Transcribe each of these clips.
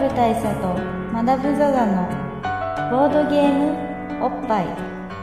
ル大佐とマダム・ザ・ザのボードゲームおっぱい。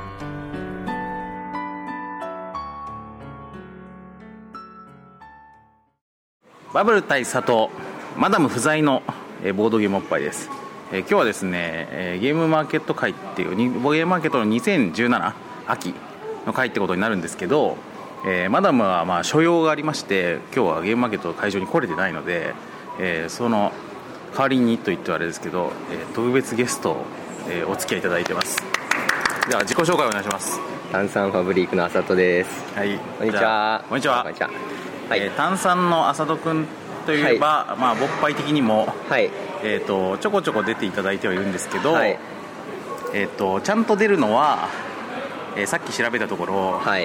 バブル大佐とマダム不在のボードゲームおっぱいです。今日はですね、ゲームマーケット会っていうゲームマーケットの2017秋の会ってことになるんですけど、マダムは所用がありまして、今日はゲームマーケットの会場に来れてないので、その代わりにと言ってはあれですけど、特別ゲストを、お付き合いいただいてます。では自己紹介お願いします。 炭酸ファブリークのあさとです。 はい、 こんにちは。 こんにちは。 はい、 炭酸のあさとくんといえば、はい、勃発的にも、はい、ちょこちょこ出ていただいてはいるんですけど、はい、ちゃんと出るのは、さっき調べたところ、はい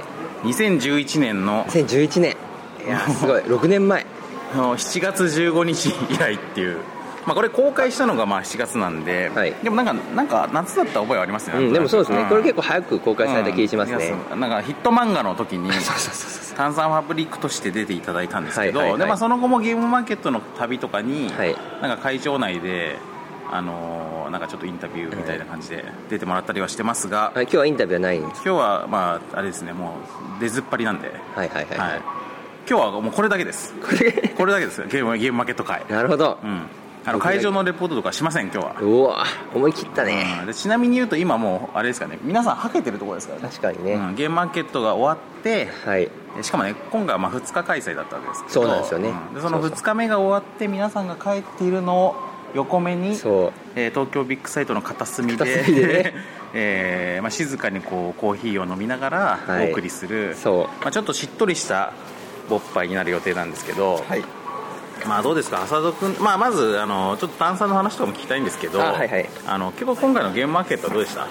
、2011年の 2011年、いやすごい6年前の7月15日以来っていう、これ公開したのが7月なんで、はい、でもなんか夏だった覚えはありますね、 でもそうですね、これ結構早く公開された気がしますね、 なんかヒット漫画の時に炭酸ファブリックとして出ていただいたんですけど、でその後もゲームマーケットの旅とかに、なんか会場内でなんかちょっとインタビューみたいな感じで出てもらったりはしてますが、 今日はインタビューはないんです。 今日はあれですね、もう出ずっぱりなんで、今日はもうこれだけです。これだけですよ、ゲームマーケット会。 なるほど。 会場のレポートとかしません今日は。 うわ思い切ったね、 でちなみに言うと今もうあれですかね、皆さんはけてるところですからね。 確かにね、 ゲームマーケットが終わって、しかもね今回は2日開催だったわけですけど、 そうなんですよね、 でその2日目が終わって皆さんが帰っているのを横目に、東京ビッグサイトの片隅で静かにこうコーヒーを飲みながらお送りする、ちょっとしっとりした勃発になる予定なんですけど、どうですか、浅田君、まずちょっと炭酸の話とかも聞きたいんですけど、結構今回のゲームマーケットはどうでした？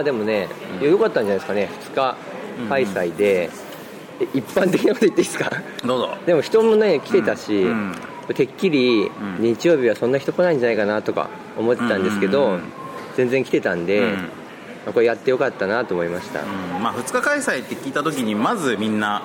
でもね、良かったんじゃないですかね。2日開催で、一般的なこと言っていいですか？ どうぞ。でも人もね来てたし、てっきり日曜日はそんな人来ないんじゃないかなとか思ってたんですけど、全然来てたんで、これやってよかったなと思いました。 2日開催って聞いた時にまずみんな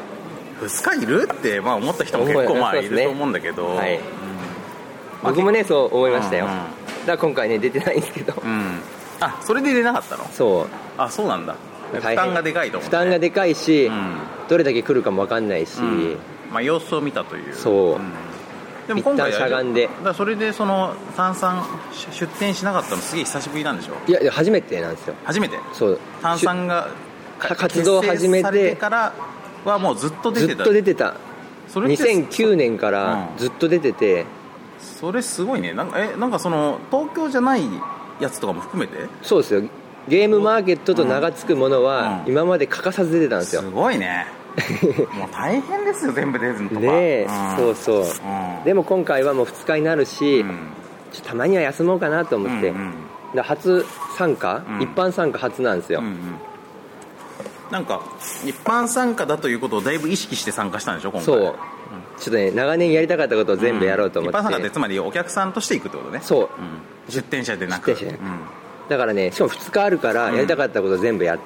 2日いるって思った人も結構いると思うんだけど、 僕もねそう思いましたよ。だから今回ね出てないんですけど、 それで出なかったの？そうなんだ。負担がでかいと思う、ね、負担がでかいし、どれだけ来るかも分かんないし、 様子を見たという。でも今回一旦しゃがんで、 それでその炭酸出店しなかったのすげえ久しぶりなんでしょ？ いや初めてなんですよ。 初めて？ そう。 炭酸が活動を始めてからはもうずっと出てた。 ずっと出てた。2009年からずっと出てて、 それすごいね。なんかその東京じゃないやつとかも含めて？そうですよ。ゲームマーケットと名が付くものは今まで欠かさず出てたんですよ。 すごいね。もう大変ですよ全部出るのとかね。そう、でも今回はもう2日になるし、たまには休もうかなと思って、初参加、一般参加初なんですよ。 なんか一般参加だということをだいぶ意識して参加したんでしょ今回？そう、 ちょっとね長年やりたかったことを全部やろうと思って、 一般参加ってつまりお客さんとして行くってことね。 そう、 出店者でなく、 だからねしかも2日あるからやりたかったことを全部やって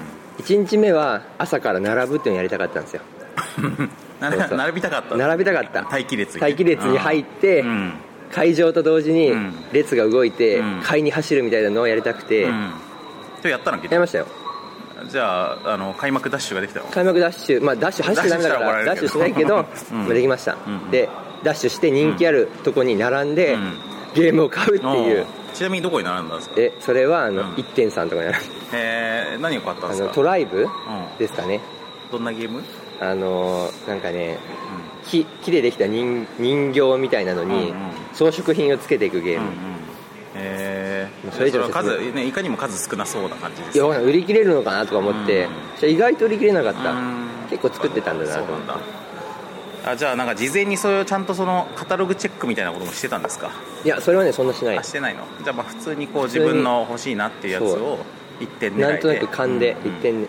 、1日目は朝から並ぶっていうのをやりたかったんですよ。 並びたかった。待機列に入って、会場と同時に列が動いて買いに走るみたいなのをやりたくて、 やったの？やりましたよ。 じゃあ開幕ダッシュができたの？ 開幕ダッシュ、ダッシュ走ってダメだからダッシュしないけどできました。でダッシュして人気あるとこに並んでゲームを買うっていう。 ちなみにどこに並んだんですか？ それは1.3 とかに並んで、 何を買ったんですか？ トライブですかね。 どんなゲーム？ なんかね、木でできた人形みたいなのに装飾品をつけていくゲーム。 それは数、いかにも数少なそうな感じです。 いや売り切れるのかなとか思って、意外と売り切れなかった。結構作ってたんだなと思って。 じゃあなんか事前にそういうちゃんとそのカタログチェックみたいなこともしてたんですか？ いやそれはねそんなしない。 してないの？じゃあ普通にこう自分の欲しいなっていうやつを1点狙いでなんとなく勘で1点、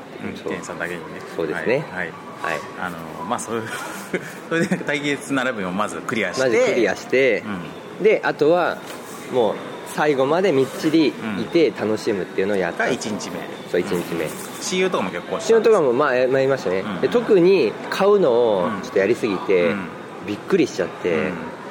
1.3だけにね。 そうですね。 それで対決並びをまずクリアして、 であとはもう最後までみっちりいて楽しむっていうのをやった。 が1日目。 そう1日目。 私有とかも結構した。 私有とかもやりましたね。で特に買うのをちょっとやりすぎてびっくりしちゃって、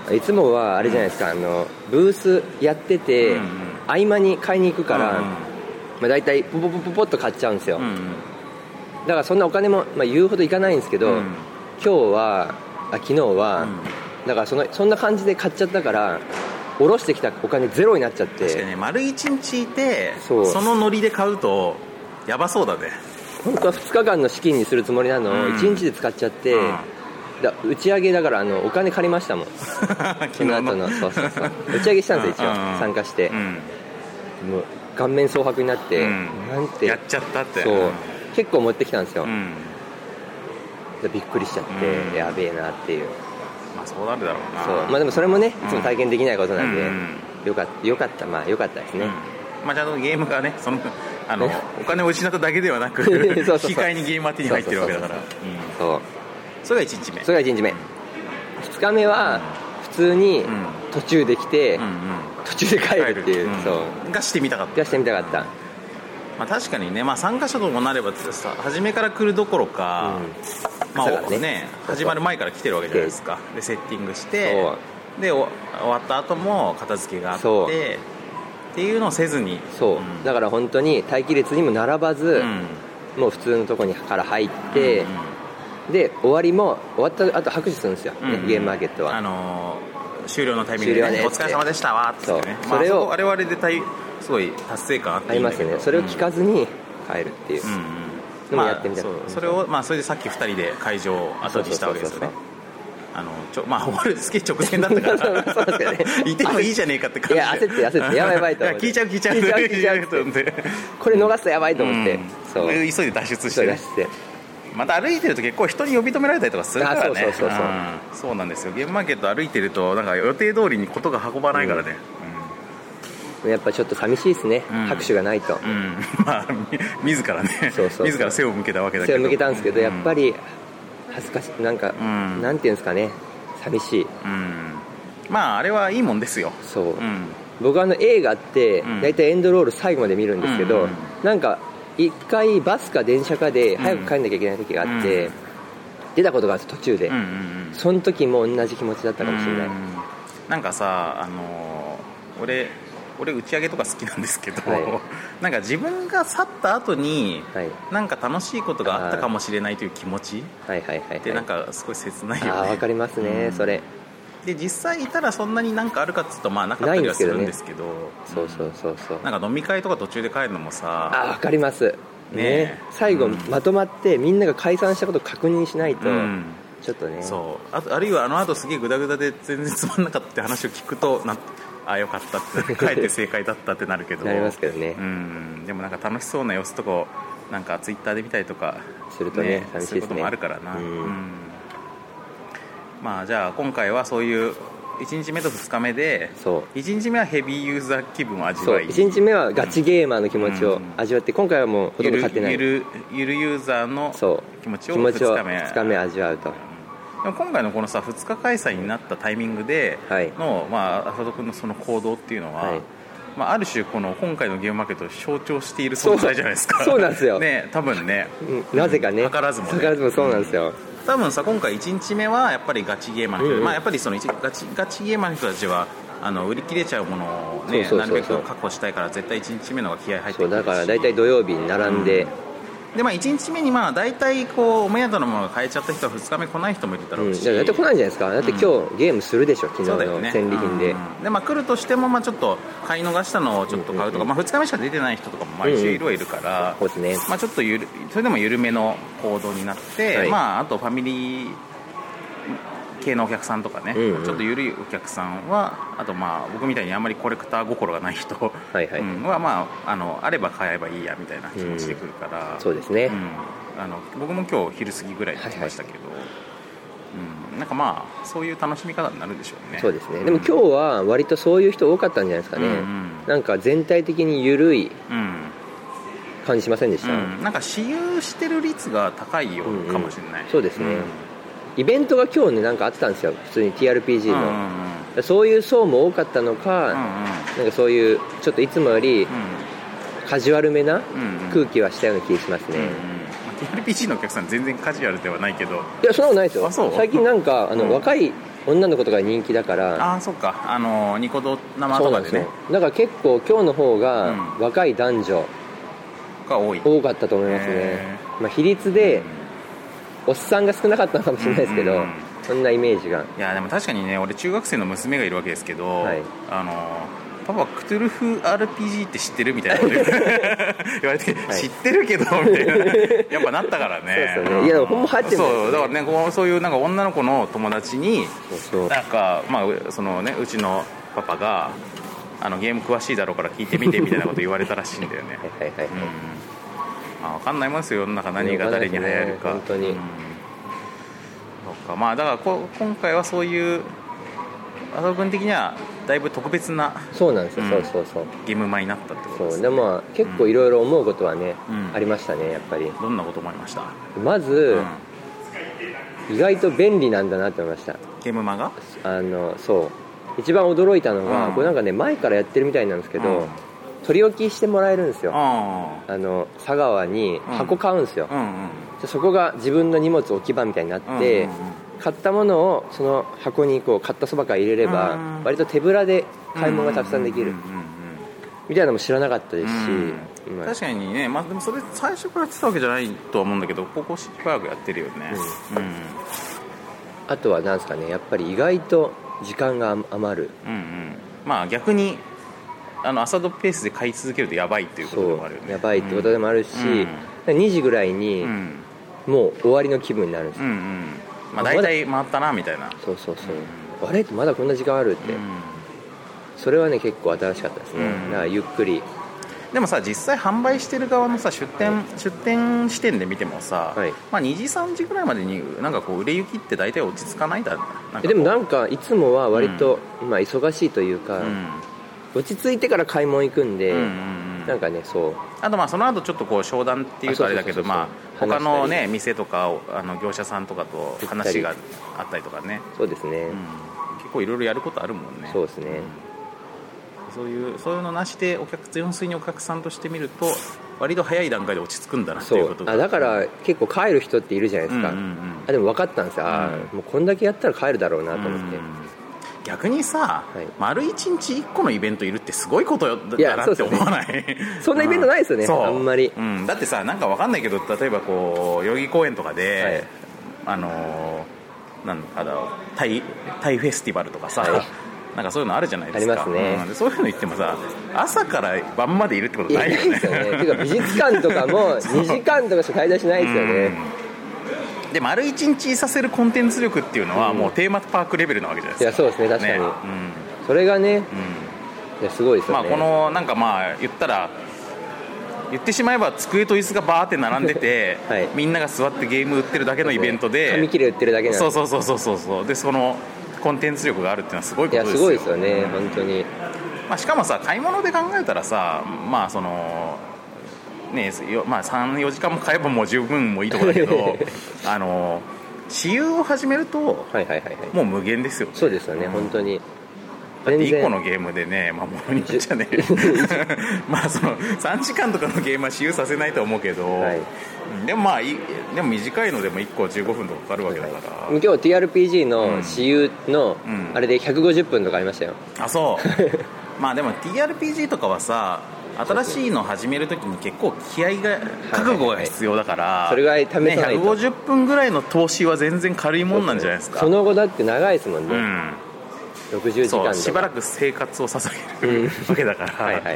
いつもはあれじゃないですか、ブースやってて、合間に買いに行くから、だいたいポポポポポッと買っちゃうんですよ、だからそんなお金も、言うほどいかないんですけど、昨日は、だからそんな感じで買っちゃったから下ろしてきたお金ゼロになっちゃって。 確かにね、丸1日いてそのノリで買うとやばそうだね。 本当は2日間の資金にするつもりなのを1日で使っちゃって、打ち上げだからお金借りましたもんその後のそう打ち上げしたんですよ、一応参加して、もう顔面蒼白になって、なんてやっちゃったって。 そう、結構持ってきたんですよ、びっくりしちゃって、やべえなっていう。 そうなるだろうな。 でもそれもね、いつも体験できないことなんで、よかったですね、 ちゃんとゲームがね、お金を失っただけではなく引き換えにゲームは手に入ってるわけだから。それが1日目。2日目は普通に途中で来て、途中で帰るっていう、 がしてみたかった。 確かにね、参加者ともなればさ、初めから来るどころか、始まる前から来てるわけじゃないですか。でセッティングしてで終わった後も片付けがあってっていうのをせずに、 だから本当に待機列にも並ばず、もう普通のとこにから入って、で終わった後拍手するんですよ、ゲームマーケットは終了のタイミングで、お疲れ様でしたわってね。それを我々ですごい達成感あっていいんだけど、 ありますね。それを聞かずに帰るっていうのもやってみたい。 それをそれでさっき2人で会場を後にしたわけですよね。終わるすげえ直前だったからいてもいいじゃねえかって感じで、 焦ってやばいと思って聞いちゃうこれ逃すとやばいと思って、 急いで脱出してまた歩いてると結構人に呼び止められたりとかするからね。そうなんですよ。ゲームマーケット歩いてるとなんか予定通りにことが運ばないからね、 やっぱちょっと寂しいですね、拍手がないと。 自らね自ら背を向けたわけだけど、 背を向けたんですけど、やっぱり恥ずかしい、なんか、なんていうんですかね、寂しい。 あれはいいもんですよ。 僕映画って大体エンドロール最後まで見るんですけど、なんか一回バスか電車かで早く帰んなきゃいけない時があって、出たことがある途中で、その時も同じ気持ちだったかもしれない。 なんかさ、俺打ち上げとか好きなんですけど、なんか自分が去った後に、なんか楽しいことがあったかもしれないという気持ちってなんかすごい切ないよね。 わかりますね、それで実際いたらそんなになんかあるかっつうとなかったりはするんですけど、なんか飲み会とか途中で帰るのもさ、 わかりますね。最後まとまってみんなが解散したことを確認しないと、ちょっとね。 あるいは後すげえグダグダで全然つまんなかったって話を聞くとよかったって帰って正解だったってなるけどなりますけどね。 でもなんか楽しそうな様子とかなんかツイッターで見たりとかするとね、寂しいですね。 そういうこともあるからな。じゃあ今回はそういう1日目と2日目で、1日目はヘビーユーザー気分を味わい、 1日目はガチゲーマーの気持ちを味わって、今回はもうほとんど買ってないゆるユーザーの気持ちを2日目味わうと。でも今回のこのさ2日開催になったタイミングでの、浅田君のその行動っていうのは、ある種この今回のゲームマーケットを象徴している存在じゃないですか。 そうなんですよね、多分ね、 なぜかね、 図らずもそうなんですよ。 多分さ今回1日目はやっぱりガチゲーマーの人、やっぱりそのガチゲーマーの人たちは売り切れちゃうものをねなるべく確保したいから絶対1日目の方が気合入ってくるし、 だから大体土曜日に並んで、 で1日目に大体こうお目当てのものが買えちゃった人は2日目来ない人もいるだろうし、 だって来ないんじゃないですか。だって今日ゲームするでしょ、昨日の戦利品で。 で来るとしてもちょっと買い逃したのをちょっと買うとか、2日目しか出てない人とかも一応いるはいるから、 そうですね。 ちょっとそれでも緩めの行動になって、あとファミリー系のお客さんとかね、ちょっと緩いお客さんは、あと僕みたいにあんまりコレクター心がない人はあれば買えばいいやみたいな気持ちで来るから、 そうですね。 僕も今日昼過ぎぐらいに来ましたけど、なんかそういう楽しみ方になるでしょうね。 そうですね。でも今日は割とそういう人多かったんじゃないですかね。なんか全体的に緩い感じしませんでした？ なんか私有してる率が高いようかもしれない。 そうですね。イベントが今日ねなんかあってたんですよ、普通に TRPG の、そういう層も多かったのか、なんかそういうちょっといつもよりカジュアルめな空気はしたような気がしますね。 TRPG のお客さん全然カジュアルではないけど。 いやそんなことないですよ。最近なんか若い女の子とか人気だから。 あ、そっか、ニコ生とかでね。 だから結構今日の方が若い男女が多かったと思いますね。まあ、比率でおっさんが少なかったのかもしれないですけど、そんなイメージが。 いやでも確かにね、俺中学生の娘がいるわけですけど、 はい、 パパクトゥルフ RPG って知ってるみたいなこと言われて、はい、知ってるけどみたいなやっぱなったからね。 そうですよね。いやでもほんま入ってるんですよね。 そうだからね、そういうなんか女の子の友達になんか、まあそのね、うちのパパがゲーム詳しいだろうから聞いてみてみたいなこと言われたらしいんだよね。 はいはいはい、 まあ、分かんないもんですよ、世の中何が誰に流行るか。 本当に、 そうか、まあだから今回はそういう浅田君的にはだいぶ特別な、 そうなんですよ、そうゲームマになったってことです。 そうでも結構いろいろ思うことはね、ありましたね、やっぱり。 どんなこと思いました？ まず、意外と便利なんだなって思いました。 ゲームマがそう一番驚いたのが、これなんかね前からやってるみたいなんですけど、取り置きしてもらえるんですよ。佐川に箱買うんですよ、そこが自分の荷物置き場みたいになって、買ったものをその箱にこう買ったそばから入れれば、割と手ぶらで買い物がたくさんできるみたいなのも知らなかったですし、 確かにね、まあ、でもそれ最初からやってたわけじゃないとは思うんだけど、ここしばらくやってるよね。 あとはなんですかね、やっぱり意外と時間が余る、 まあ逆に朝ドペースで買い続けるとやばいっていうことでもあるよね。 やばいってことでもあるし、2時ぐらいにもう終わりの気分になるんですよ。 まあ、大体回ったなみたいな。 そう、あれまだこんな時間あるって、それはね結構新しかったですね。だからゆっくり。 でもさ、実際販売してる側のさ出店視点で見てもさ、まあ、2時3時ぐらいまでになんかこう売れ行きって大体落ち着かないだろう。 でもなんかいつもは割と、まあ、忙しいというか、落ち着いてから買い物行くんで、なんかね、そう。 あとまあその後ちょっとこう商談っていうとあれだけど、まあ他のね店とか業者さんとかと話があったりとかね。 そうですね、 結構いろいろやることあるもんね。 そうですね、 そういうのなしで純粋にお客さんとして見ると割と早い段階で落ち着くんだなっていうことが。 だから結構帰る人っているじゃないですか。でも分かったんですよ、もうこんだけやったら帰るだろうなと思って。 逆にさ、丸1日1個のイベントいるってすごいことだなって思わない？ そんなイベントないですよね、あんまり。 だってさ、なんか分かんないけど、例えばこう代々木公園とかで、なんだろう、タイフェスティバルとかさ、なんかそういうのあるじゃないですか。 ありますね。 そういうの言ってもさ、朝から晩までいるってことないよね。 ないですよね。ていうか美術館とかも2時間とかしか滞在しないですよね。 で丸1日させるコンテンツ力っていうのはもうテーマパークレベルなわけじゃないですか。 いや、そうですね、確かに、それがね、いやすごいですよね。 まあ、このなんかまあ言ってしまえば机と椅子がバーって並んでて、みんなが座ってゲーム売ってるだけのイベントで、 紙切れ売ってるだけなんで。 そうでそのコンテンツ力があるっていうのはすごいことですよ。 いやすごいですよね、本当に。 まあ、しかもさ、買い物で考えたらさ、まあそのね、まあ、3,4 時間も買えばもう十分もいいところだけど私有を始めるともう無限ですよね。 そうですよね、本当に。 だって1個のゲームでね、まあ、ものによっちゃねまあその3時間とかのゲームは私有させないと思うけど、でもまあでも短いのでも1個15分とかかかるわけだから、 今日 TRPG の私有のあれで150分とかありましたよ。 あ、そうまあでも TRPG とかはさ、新しいの始めるときに結構気合が覚悟が必要だから、 それぐらい試さないと、 150分ぐらいの投資は全然軽いもんなんじゃないですか。 その後だって長いですもんね、60時間とか。 しばらく生活を捧げるわけだから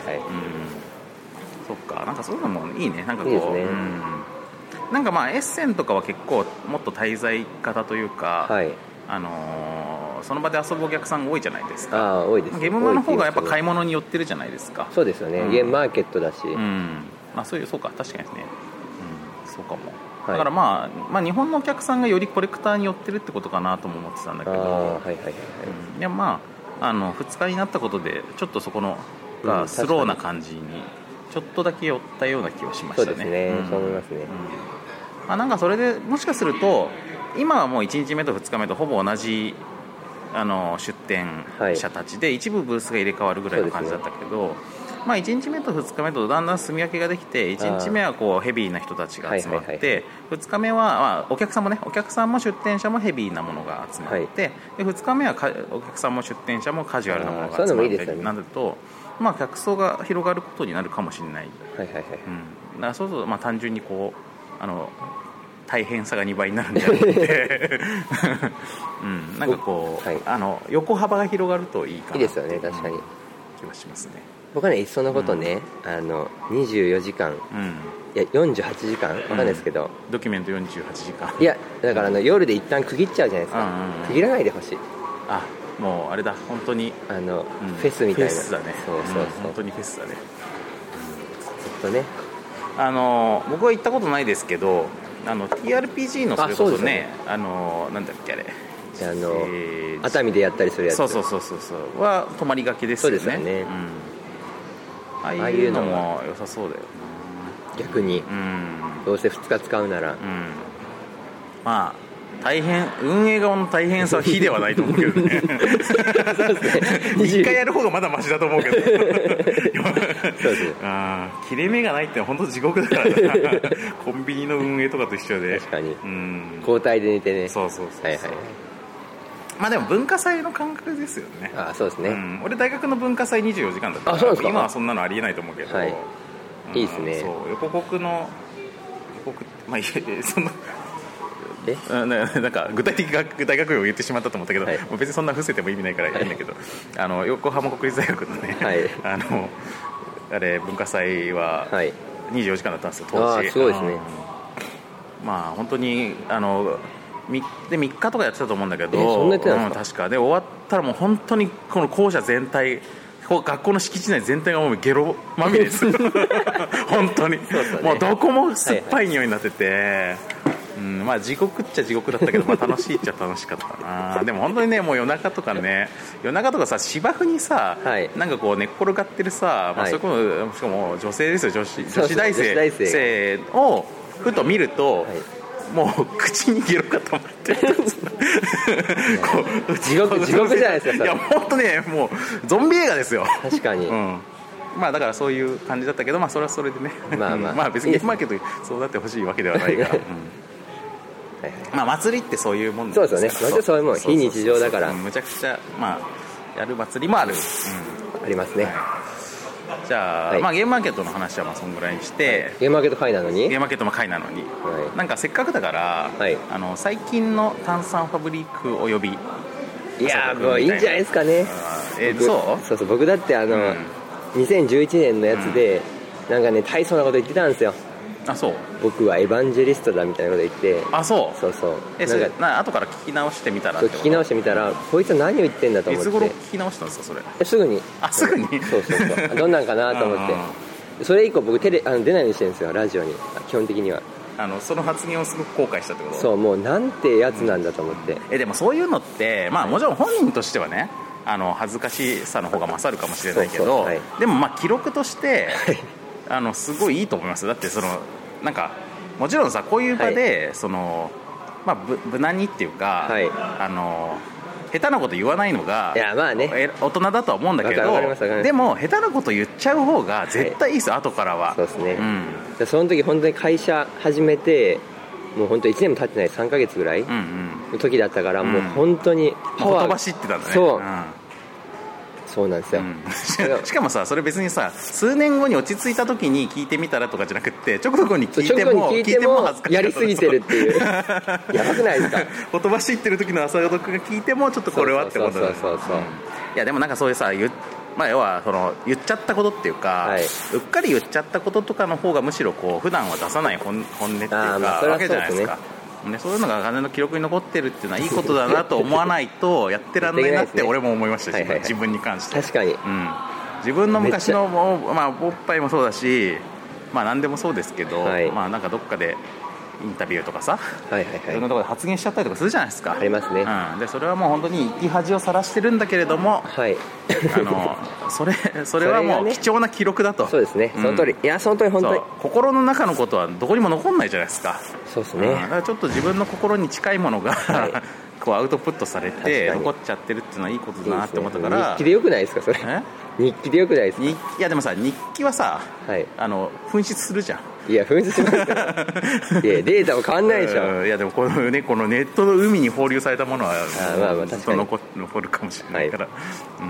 そっか、なんかそういうのもいいね。なんかこういいですね。なんかまあエッセンとかは結構もっと滞在型というか、その場で遊ぶお客さんが多いじゃないですか。 多いです。 ゲームマの方がやっぱ買い物に寄ってるじゃないですか。 そうですよね、ゲームマーケットだし、 まあ、そうか、確かにですね、そうかも。だからまあ日本のお客さんがよりコレクターに寄ってるってことかなとも思ってたんだけど、でもまあ2日になったことでちょっとそこのがスローな感じにちょっとだけ寄ったような気はしましたね。 そうですね、そう思いますね。 まあ、なんかそれでもしかすると今はもう1日目と2日目とほぼ同じ出店者たちで一部ブースが入れ替わるぐらいの感じだったけど、 まあ、1日目と2日目とだんだん住み分けができて、1日目はこうヘビーな人たちが集まって、2日目は、まあ、お客さんも出店者もヘビーなものが集まって、で2日目はお客さんも出店者もカジュアルなものが集まってなると、まあ、客層が広がることになるかもしれない、だからそうすると、まあ、単純にこう大変さが2倍になるんじゃなくてなんかこう、横幅が広がるといいかな。いいですよね、確かに。気がしますね。 僕はね、いっそのことね、24時間、いや48時間わかんないですけど、 ドキュメント48時間、 いやだから夜で一旦区切っちゃうじゃないですか、区切らないでほしい。 もうあれだ、本当にフェスみたいな。 フェスだね。 そう本当にフェスだね。 ずっとね、 僕は行ったことないですけど、TRPG のそれこそね、なんだっけあれ、熱海でやったりするやつ、そうは泊まりがけですよね。そうですよね。ああいうのも良さそうだよね、 逆に。どうせ2日使うなら、 まあ大変、運営側の大変さは比ではないと思うけどね。1回やる方がまだマシだと思うけど。切れ目がないって本当地獄だからな。コンビニの運営とかと一緒で。 確かに、交代で寝てね。 そうまあでも文化祭の感覚ですよね。 そうですね、 俺大学の文化祭24時間だったから、今はそんなのありえないと思うけど、いいですね。 横国のまあそんななんか具体的大学名を言ってしまったと思ったけど、別にそんな伏せても意味ないからいいんだけど、横浜国立大学のね、あれ文化祭は24時間だったんですよ、当時。 すごいですね。 まあ本当に3日とかやってたと思うんだけど、 そんなやってたんですか。 確かで、終わったらもう本当にこの校舎全体、学校の敷地内全体がもうゲロまみれです本当に、もうどこも酸っぱい匂いになってて、まあ地獄っちゃ地獄だったけど、まあ楽しいっちゃ楽しかったな。でも本当にね、もう夜中とかさ、芝生にさ、なんかこう寝っ転がってるさ、まあ、そういうことしかも女性ですよ、女子大生をふと見ると、もう口にゲロが溜まってる地獄じゃないですか。 いや本当ね、もうゾンビ映画ですよ。 確かに、 まあだからそういう感じだったけど、まあそれはそれでね、まあ別にゲームマーケットそうなってほしいわけではないからまあ祭りってそういうもんです。 そうですよね、そういうもん、非日常だから。 むちゃくちゃまあやる祭りもある、 ありますね。 じゃあ、まあゲームマーケットの話はまあそんぐらいにして、 ゲームマーケット会なのにゲームマーケットも会なのに、なんかせっかくだから、最近の炭酸ファブリックおよび、 いやもういいんじゃないですかね。そう僕だって2011年のやつで、なんかね大層なこと言ってたんですよ。僕はエヴァンジェリストだみたいなこと言って。 そうそれ後から聞き直してみたら、 聞き直してみたら、こいつは何を言ってんだと思って。 いつ頃聞き直したんですか、それ。 すぐにそうどんなんかなと思ってそれ以降僕出ないようにしてるんですよ、ラジオに。基本的にはその発言をすごく後悔したってこと。 そう、もうなんてやつなんだと思って、 でもそういうのって、まあもちろん本人としてはね、恥ずかしさの方が勝るかもしれないけど、でもまあ記録としてすごいいいと思います。だってなんかもちろんさ、こういう場で、まあ無難にっていうか、下手なこと言わないのが大人だとは思うんだけど、でも下手なこと言っちゃう方が絶対いいですよ、後からは。 そうですね、その時本当に会社始めてもう本当1年も経ってない3ヶ月ぐらいの時だったから、もう本当にほとばしってたんだね。 そうなんですよ、 しかもさ、それ別にさ、数年後に落ち着いた時に聞いてみたらとかじゃなくて、直後に聞いても恥ずかしい、 やりすぎてるっていうやばくないですか。 ほとばしってる時の朝読が聞いてもちょっとこれはってことだ。いやでもなんかそういうさ、まあ、要は言っちゃったことっていうか、うっかり言っちゃったこととかの方がむしろこう普段は出さない本音っていうかわけじゃないですか。そういうのが金の記録に残ってるっていうのはいいことだなと思わないとやってらんないなって俺も思いましたし、自分に関して。 確かに、 自分の昔のまあおっぱいもそうだし、まあ何でもそうですけど、まあなんかどっかでインタビューとかさ、いろんなところで発言しちゃったりとかするじゃないですか。 ありますね、 でそれはもう本当に生き恥をさらしてるんだけれども、それはもう貴重な記録だと。 そうですね、その通り、いやその通り、本当に心の中のことはどこにも残んないじゃないですか。 そうですね、 だからちょっと自分の心に近いものが、 こうアウトプットされて確かに残っちゃってるっていうのはいいことだなって思ったから。 日記でよくないですかそれ。日記でよくないですか。 いやでもさ、日記はさ、 はい、 紛失するじゃん。 いや紛失しますよいやデータも変わんないでしょ。 いやでもこのネットの海に放流されたものはずっと残るかもしれないから、はい、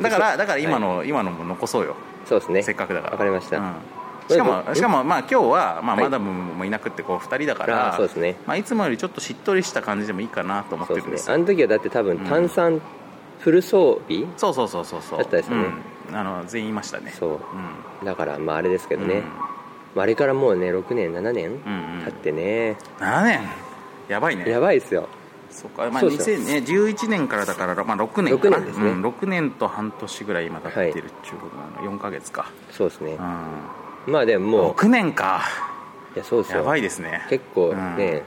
だから今のも残そうよ。 そうですね、せっかくだから。 わかりました、 しかもまあ今日は、まあ、マダムもいなくってこう2人だから、 そうですね、 まあ、いつもよりちょっとしっとりした感じでもいいかなと思ってるんです。 あの時はだって多分炭酸フル装備、 そうだったですよね、 全員いましたね。 そう、だからまああれですけどね、あれからもうね6年7年経ってね、 7年やばいね。 やばいですよ。 そうか、まあ、2011年からだから、まあ、6年かな。 6年ですね、 6年と半年ぐらい今経ってるっていうことなの、4ヶ月か。 そうですね、まあでももう 6年か。 いやそうですよ、 やばいですね。 結構ね、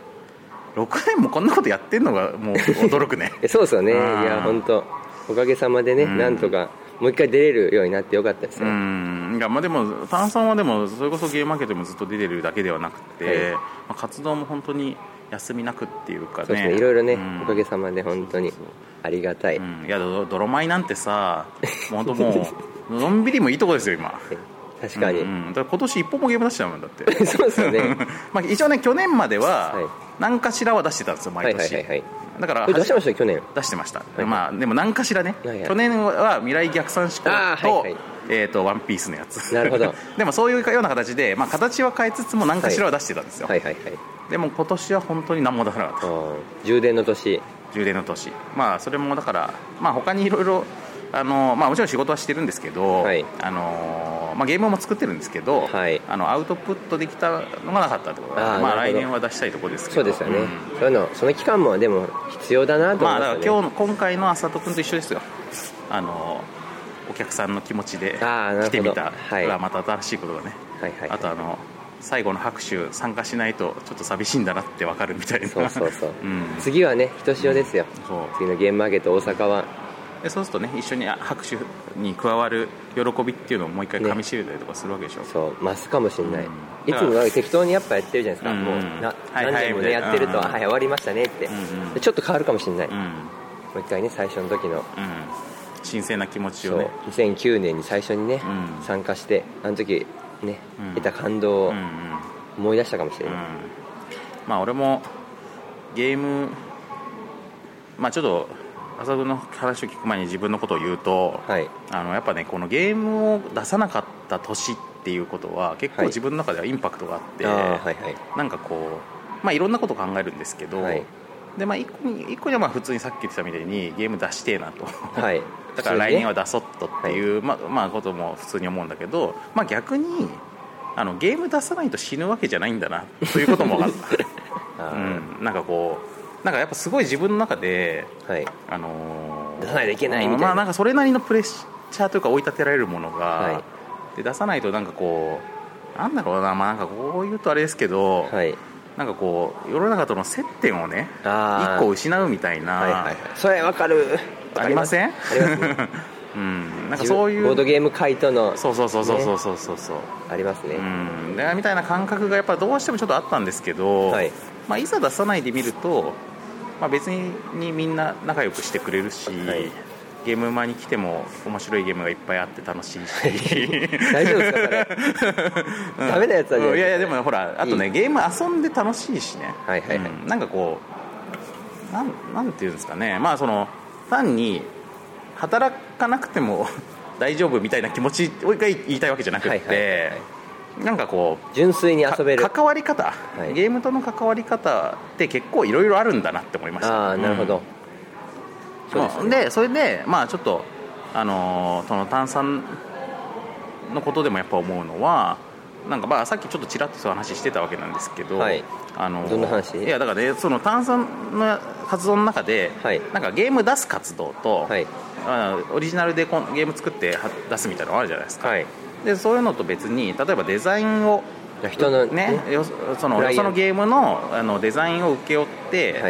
6年もこんなことやってんのがもう驚くねそうですよね。いや本当おかげさまでね、なんとかもう一回出れるようになってよかったですよ。 いや、まあ、でも炭酸はでもそれこそゲームマーケットでもずっと出てるだけではなくて、まあ、活動も本当に休みなくっていうかね。 そうですね、いろいろね、おかげさまで本当にありがたい。 いや泥米なんてさ、本当もうのんびりもいいとこですよ今。 確かに、 だから今年一本もゲーム出してたもんだってそうですよねまあ一応ね、去年までは何かしらは出してたんですよ毎年。だから出してました。去年出してました、まあでも何かしらね、去年は未来逆算思考と、ワンピースのやつ。 なるほどでもそういうような形で、まあ、形は変えつつも何かしらは出してたんですよ。でも今年は本当に何も出さなかった。 充電の年。 まあそれもだから、まあ、他にいろいろまあ、もちろん仕事はしてるんですけど、まあ、ゲームも作ってるんですけど、アウトプットできたのがなかったってことは、まあ、来年は出したいところですけど。 そうですよね、その期間もでも必要だなと思いますよね。 まあ、だから今回の浅戸君と一緒ですよ。お客さんの気持ちで来てみたらまた新しいことがね、あと最後の拍手参加しないとちょっと寂しいんだなって分かるみたいな。そう、 次はねひとしおですよ、次のゲームマーケット大阪は。 でそうするとね、一緒に拍手に加わる喜びっていうのをもう一回かみしめたりとかするわけでしょ。 そう増すかもしれない、いつもは適当にやっぱやってるじゃないですか、もう何年もねやってると、はい終わりましたねって、ちょっと変わるかもしれない、もう一回ね最初の時の新鮮な気持ちをね、 2009年に最初にね参加して、あの時ね得た感動を思い出したかもしれない。 まあ俺もゲーム、まあちょっと浅田の話を聞く前に自分のことを言うと、やっぱねこのゲームを出さなかった年っていうことは結構自分の中ではインパクトがあって、なんかこう、まあ、いろんなことを考えるんですけど、で、まあ、一個にはまあ普通にさっき言ってたみたいにゲーム出してえなと、だから来年は出そうとっていう、まあ、ことも普通に思うんだけど、まあ、逆にゲーム出さないと死ぬわけじゃないんだなということも分かったなんかこうなんかやっぱすごい自分の中で、 出さないといけないみたいな、 まあ、なんかそれなりのプレッシャーというか追い立てられるものが、で出さないとなんかこうなんだろうな、まあ、なんかこう言うとあれですけど、なんかこう世の中との接点をね一個失うみたいな、 それ分かる。 ありません？ ありますねなんかそういうボードゲーム界とのそうありますね、 みたいな感覚がやっぱどうしてもちょっとあったんですけど、まあ、いざ出さないでみると、まあ、別にみんな仲良くしてくれるし、ゲームマに来ても面白いゲームがいっぱいあって楽しいし大丈夫ですかそれダメなやつはね。 いやでもほらあとねゲーム遊んで楽しいしね、なんかこうなんていうんですかね、まあその単に働かなくても大丈夫みたいな気持ちを言いたいわけじゃなくて、なんかこう純粋に遊べる関わり方、ゲームとの関わり方って結構いろいろあるんだなって思いました。 なるほど、 でそれでまあちょっとその炭酸のことでもやっぱ思うのは、なんかまあさっきちょっとちらっとそういう話してたわけなんですけど、 どんな話？ いやだからね、その炭酸の活動の中で、なんかゲーム出す活動と、オリジナルでゲーム作って出すみたいなのがあるじゃないですか、でそういうのと別に例えばデザインを人のね、そのゲームのデザインを請け負って、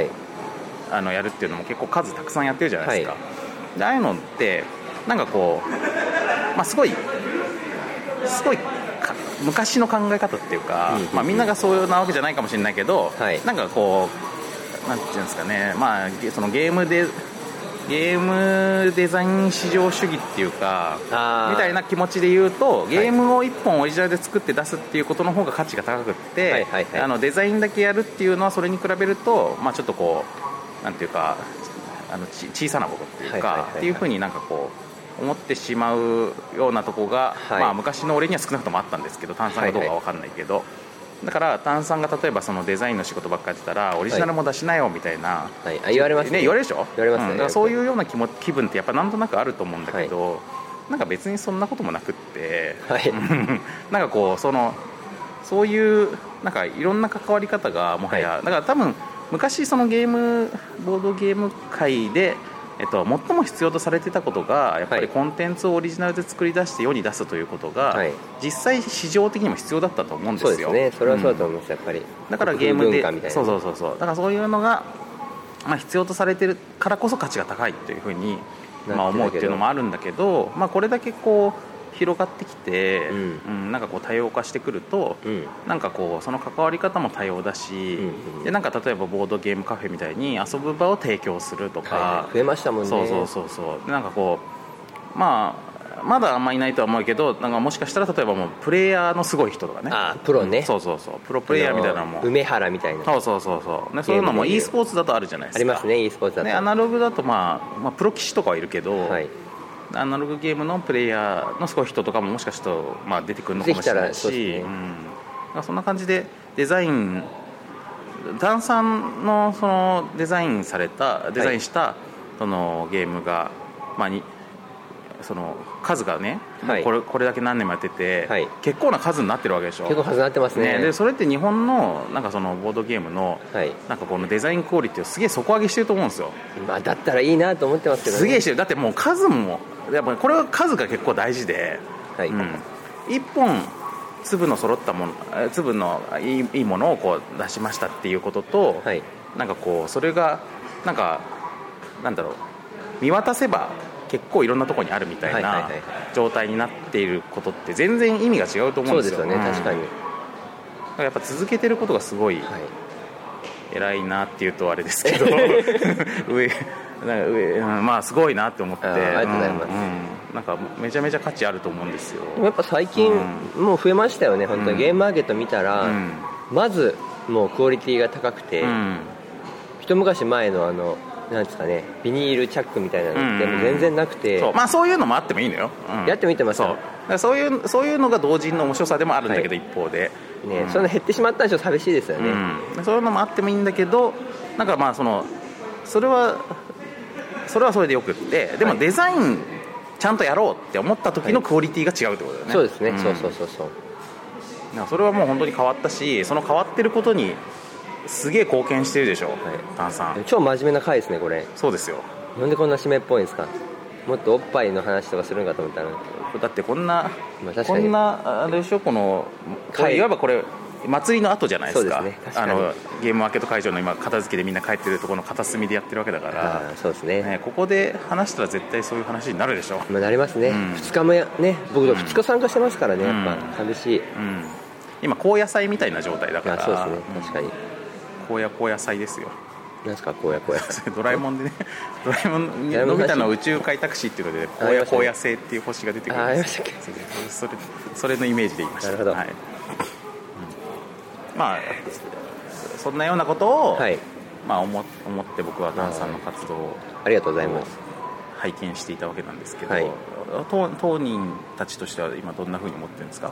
やるっていうのも結構数たくさんやってるじゃないですか、でああいうのってなんかこう、まあ、すごい昔の考え方っていうか、まあ、みんながそうなわけじゃないかもしれないけど、なんかこなんていうんですかね、まあ、そのゲームデザイン至上主義っていうかみたいな気持ちで言うと、ゲームを1本オリジナルで作って出すっていうことの方が価値が高くって、デザインだけやるっていうのはそれに比べると、まあ、ちょっとこうなんていうか小さなことっていうかっていうふうになんかこう思ってしまうようなとこが、まあ、昔の俺には少なくともあったんですけど、炭酸がどうか分かんないけど、だから炭酸が例えばそのデザインの仕事ばっかりやってたらオリジナルも出しなよみたいな、 言われますね。 言われるでしょ。 言われますね。 だからそういうような気分ってやっぱなんとなくあると思うんだけど、なんか別にそんなこともなくって、なんかこうそういうなんかいろんな関わり方がもはや、だから多分昔そのボードゲーム界で最も必要とされてたことがやっぱりコンテンツをオリジナルで作り出して世に出すということが、実際市場的にも必要だったと思うんですよ。 そうですね、それはそうだと思います、やっぱり。 だからゲームで文化みたいな、 そうだからそういうのが、まあ、必要とされてるからこそ価値が高いというふうに、まあ、思うっていうのもあるんだけど、まあ、これだけこう広がってきて、なんかこう多様化してくると、なんかこうその関わり方も多様だし、でなんか例えばボードゲームカフェみたいに遊ぶ場を提供するとか、 増えましたもんね。 そうなんかこうまだあんまりいないとは思うけど、なんかもしかしたら例えばもうプレイヤーのすごい人とかね、 プロね、 プロプレイヤーみたいなのも梅原みたいな、 そういうのも e スポーツだとあるじゃないですか。 ありますね、 e スポーツだと。 アナログだと、まあ、プロ棋士とかはいるけど、アナログゲームのプレイヤーのすごい人とかももしかしたら、まあ、出てくるのかもしれないし、そんな感じでデザイン炭酸のそのデザインしたそのゲームが、まあ、その数がね、これだけ何年もやってて、結構な数になってるわけでしょ。 結構数になってますね。 でそれって日本のなんかそのボードゲームの、なんかこのデザインクオリティをすげえ底上げしてると思うんですよ。 まあ、だったらいいなと思ってますけどね。 すげえしてる。だってもう数もやっぱこれは数が結構大事で、1本粒の揃ったもの、粒のいいものをこう出しましたっていうことと、なんかこうそれがなんかなんだろう、見渡せば結構いろんなところにあるみたいな状態になっていることって全然意味が違うと思うんですよ。 そうですよね、確かに。 だからやっぱ続けてることがすごい偉いなっていうとあれですけどまあすごいなって思って、 ありがとうございます。 なんかめちゃめちゃ価値あると思うんですよ。 でもやっぱ最近、もう増えましたよね、本当に。ゲームマーケット見たら、まずもうクオリティが高くて、一昔前のなんですかね、ビニールチャックみたいなのってもう全然なくて、 まあそういうのもあってもいいのよ。 やってみてました。 そういうのが同人の面白さでもあるんだけど、一方でね、それ減ってしまったんでしょ、寂しいですよね。 そういうのもあってもいいんだけど、なんかまあそれはそれでよくって、でもデザインちゃんとやろうって思った時のクオリティが違うってことだよね。 そうですね、そうそれはもう本当に変わったし、その変わってることにすげえ貢献してるでしょ、炭酸。 超真面目な回ですね、これ。 そうですよ。 なんでこんな締めっぽいんですか。もっとおっぱいの話とかするのかと思ったら、 だってこんなあれでしょ、いわばこれ祭りの後じゃないですか。 そうですね、確かに。 ゲームマーケット会場の今片付けでみんな帰ってるところの片隅でやってるわけだから、 そうですね。 ここで話したら絶対そういう話になるでしょ。 なりますね。2日もね、僕2日参加してますからね、やっぱ寂しい。 今高野菜みたいな状態だから。 そうですね、確かに。 高野菜ですよ。 なんですか、荒野ドラえもんでね、のび太の宇宙開拓史っていうので荒野星っていう星が出てくるんですけど、それのイメージで言いました。 なるほど。 まあそんなようなことを、まあ思って僕は炭酸の活動をありがとうございます拝見していたわけなんですけど、当人たちとしては今どんなふうに思ってるんですか。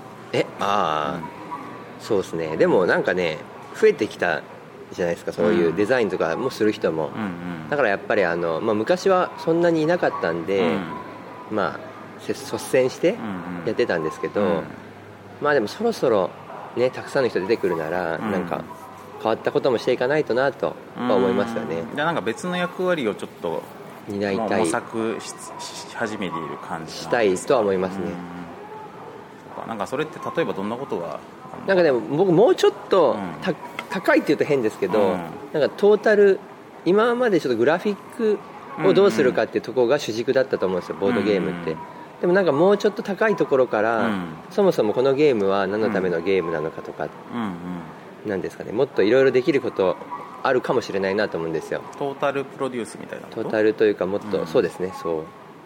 そうですね。でもなんかね、増えてきたじゃないですか、そういうデザインとかもする人も。だからやっぱり昔はそんなにいなかったんで、まあ率先してやってたんですけど、まあでもそろそろね、たくさんの人出てくるなら、なんか変わったこともしていかないとなと思いますよね。 じゃあなんか別の役割をちょっと担いたい、 模索 し始めている感じしたいとは思いますね。 なんかそれって例えばどんなことが。 なんかでも僕もうちょっと、高いって言うと変ですけど、なんかトータル今までちょっとグラフィックをどうするかっていうところが主軸だったと思うんですよ、ボードゲームって。でもなんかもうちょっと高いところから、そもそもこのゲームは何のためのゲームなのかとか、なんですかね、もっといろいろできることあるかもしれないなと思うんですよ。 トータルプロデュースみたいなこと。 トータルというかもっと、そうですね、そう、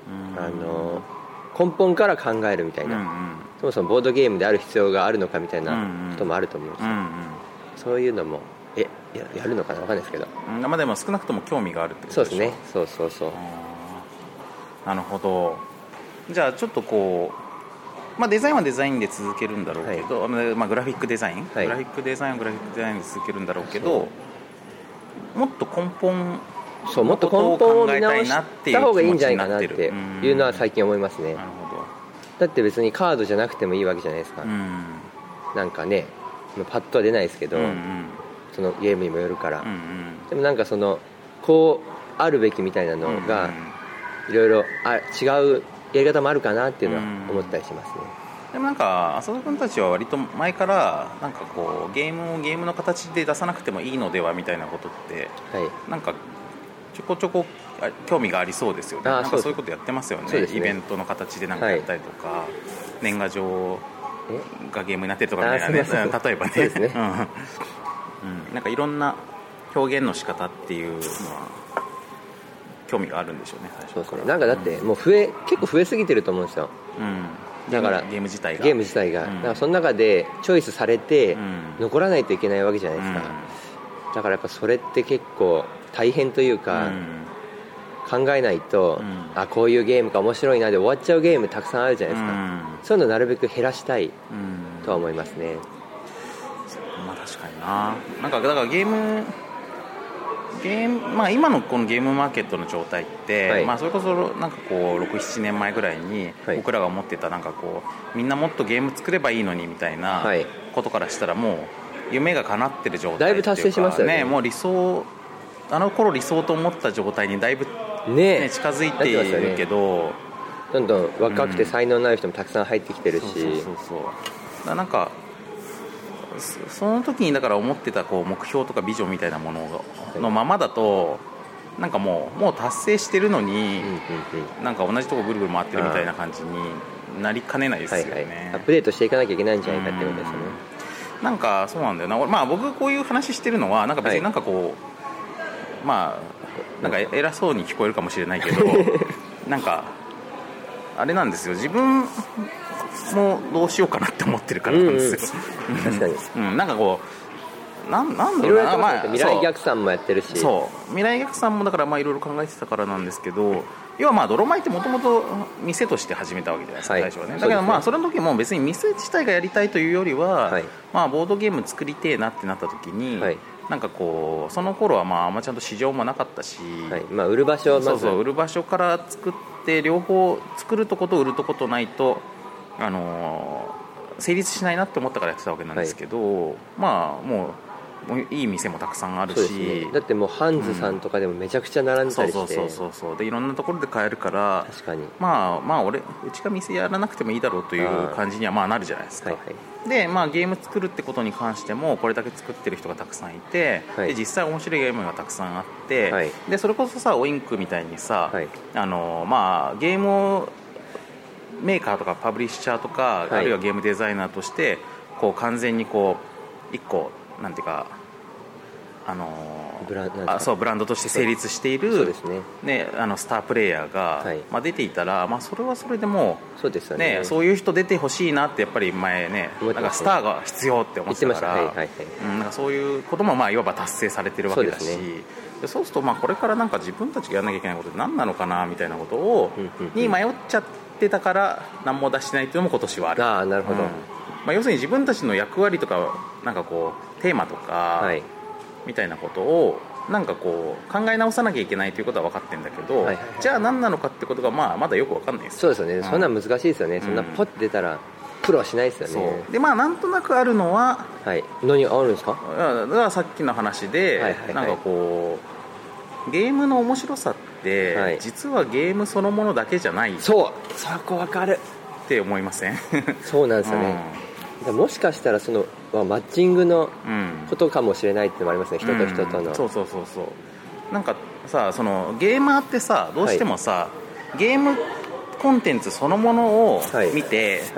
根本から考えるみたいな、そもそもボードゲームである必要があるのかみたいなこともあると思うんですよ、そういうのもやるのかな、分かんないですけど、 まあでも少なくとも興味があるってことでしょ。 そうですね、そうなるほど。じゃあちょっとこう、まあ、デザインはデザインで続けるんだろうけど、まあ、グラフィックデザイン、グラフィックデザインはグラフィックデザインで続けるんだろうけど、もっと根本もっと根本を見直した方がいいんじゃないかなっていうのは最近思いますね。 なるほど。 だって別にカードじゃなくてもいいわけじゃないですか、なんかねパッとは出ないですけど、そのゲームにもよるから、でもなんかそのこうあるべきみたいなのがいろいろ違うやり方もあるかなっていうのは思ったりしますね。 でもなんか浅田君たちは割と前からなんかこうゲームをゲームの形で出さなくてもいいのではみたいなことって、なんかちょこちょこ興味がありそうですよね。なんかそういうことやってますよね。イベントの形でなんかやったりとか、年賀状がゲームになってるとかみたいなね、例えばね、なんかいろんな表現の仕方っていうのは興味があるんでしょうね、最初から。なんかだってもう結構増えすぎてると思うんですよ、だからゲーム自体が、 だからその中でチョイスされて残らないといけないわけじゃないですか、だからやっぱそれって結構大変というか、考えないと、こういうゲームか面白いなで終わっちゃうゲームたくさんあるじゃないですか、そういうのをなるべく減らしたいとは思いますね。 まあ確かになんかだからゲーム、まあ、今のこのゲームマーケットの状態って、まあ、それこそなんかこう 6,7 年前ぐらいに僕らが思ってたなんかこうみんなもっとゲーム作ればいいのにみたいなことからしたらもう夢が叶ってる状態っていうか、 だいぶ達成しましたよね。 もうあの頃理想と思った状態にだいぶ、近づいているけど、 どんどん若くて才能のある人もたくさん入ってきてるし、 なんかその時にだから思ってたこう目標とかビジョンみたいなもののままだとなんかもう達成してるのに、なんか同じとこぐるぐる回ってるみたいな感じになりかねないですよね。 アップデートしていかなきゃいけないんじゃないかってことですよね。 なんかそうなんだよな。まあ僕こういう話してるのはなんか別になんかこう、まあなんか偉そうに聞こえるかもしれないけどなんかあれなんですよ、自分もどうしようかなって思ってるからなんですよ。 確かに、 なんかこうなんだろうな、 いろいろと未来逆算もやってるし、 未来逆算もだからまあいろいろ考えてたからなんですけど、要はまあドロマイってもともと店として始めたわけじゃないですか、最初はね。だけどまあそれの時も別に店自体がやりたいというよりは、まあボードゲーム作りてえなってなった時に、なんかこうその頃はまああんまちゃんと市場もなかったし、 まあ売る場所をまず売る場所から作って両方作るとこと売るとことないと成立しないなって思ったからやってたわけなんですけど、まあもういい店もたくさんあるし、 だってもうハンズさんとかでもめちゃくちゃ並んでたりして、 そうでいろんなところで買えるから、 確かにまあうちが店やらなくてもいいだろうという感じにはまあなるじゃないですか。でまあゲーム作るってことに関してもこれだけ作ってる人がたくさんいて、で実際面白いゲームがたくさんあって、でそれこそさオインクみたいにさ、まあゲームをメーカーとかパブリッシャーとか、あるいはゲームデザイナーとしてこう完全にこう一個なんていうかブランドとして成立している、スタープレイヤーが、まあ、出ていたら、まあ、それはそれでもそういう人出てほしいなってやっぱり前ね、なんかスターが必要って思ってたから、なんかそういうこともまあいわば達成されてるわけだし、そうするとまあこれからなんか自分たちがやらなきゃいけないことって何なのかなみたいなことに迷っちゃってたから何も出してないっていうのも今年はある。 なるほど。 まあ、要するに自分たちの役割とかなんかこうテーマとか、みたいなことをなんかこう考え直さなきゃいけないということは分かってるんだけど、じゃあ何なのかってことがまだよく分かんないです。 そうですよね、そんな難しいですよね、そんなポッて出たら苦労しないですよね。 でまあなんとなくあるのは、 何あるんですか。 だからさっきの話で、なんかこうゲームの面白さって、実はゲームそのものだけじゃない。 そこ分かるって思いません？ そうなんですよね、もしかしたらそのマッチングのことかもしれないってのもありますね、人と人との。そうなんかさ、そのゲーマーってさどうしてもさ、ゲームコンテンツそのものを見て、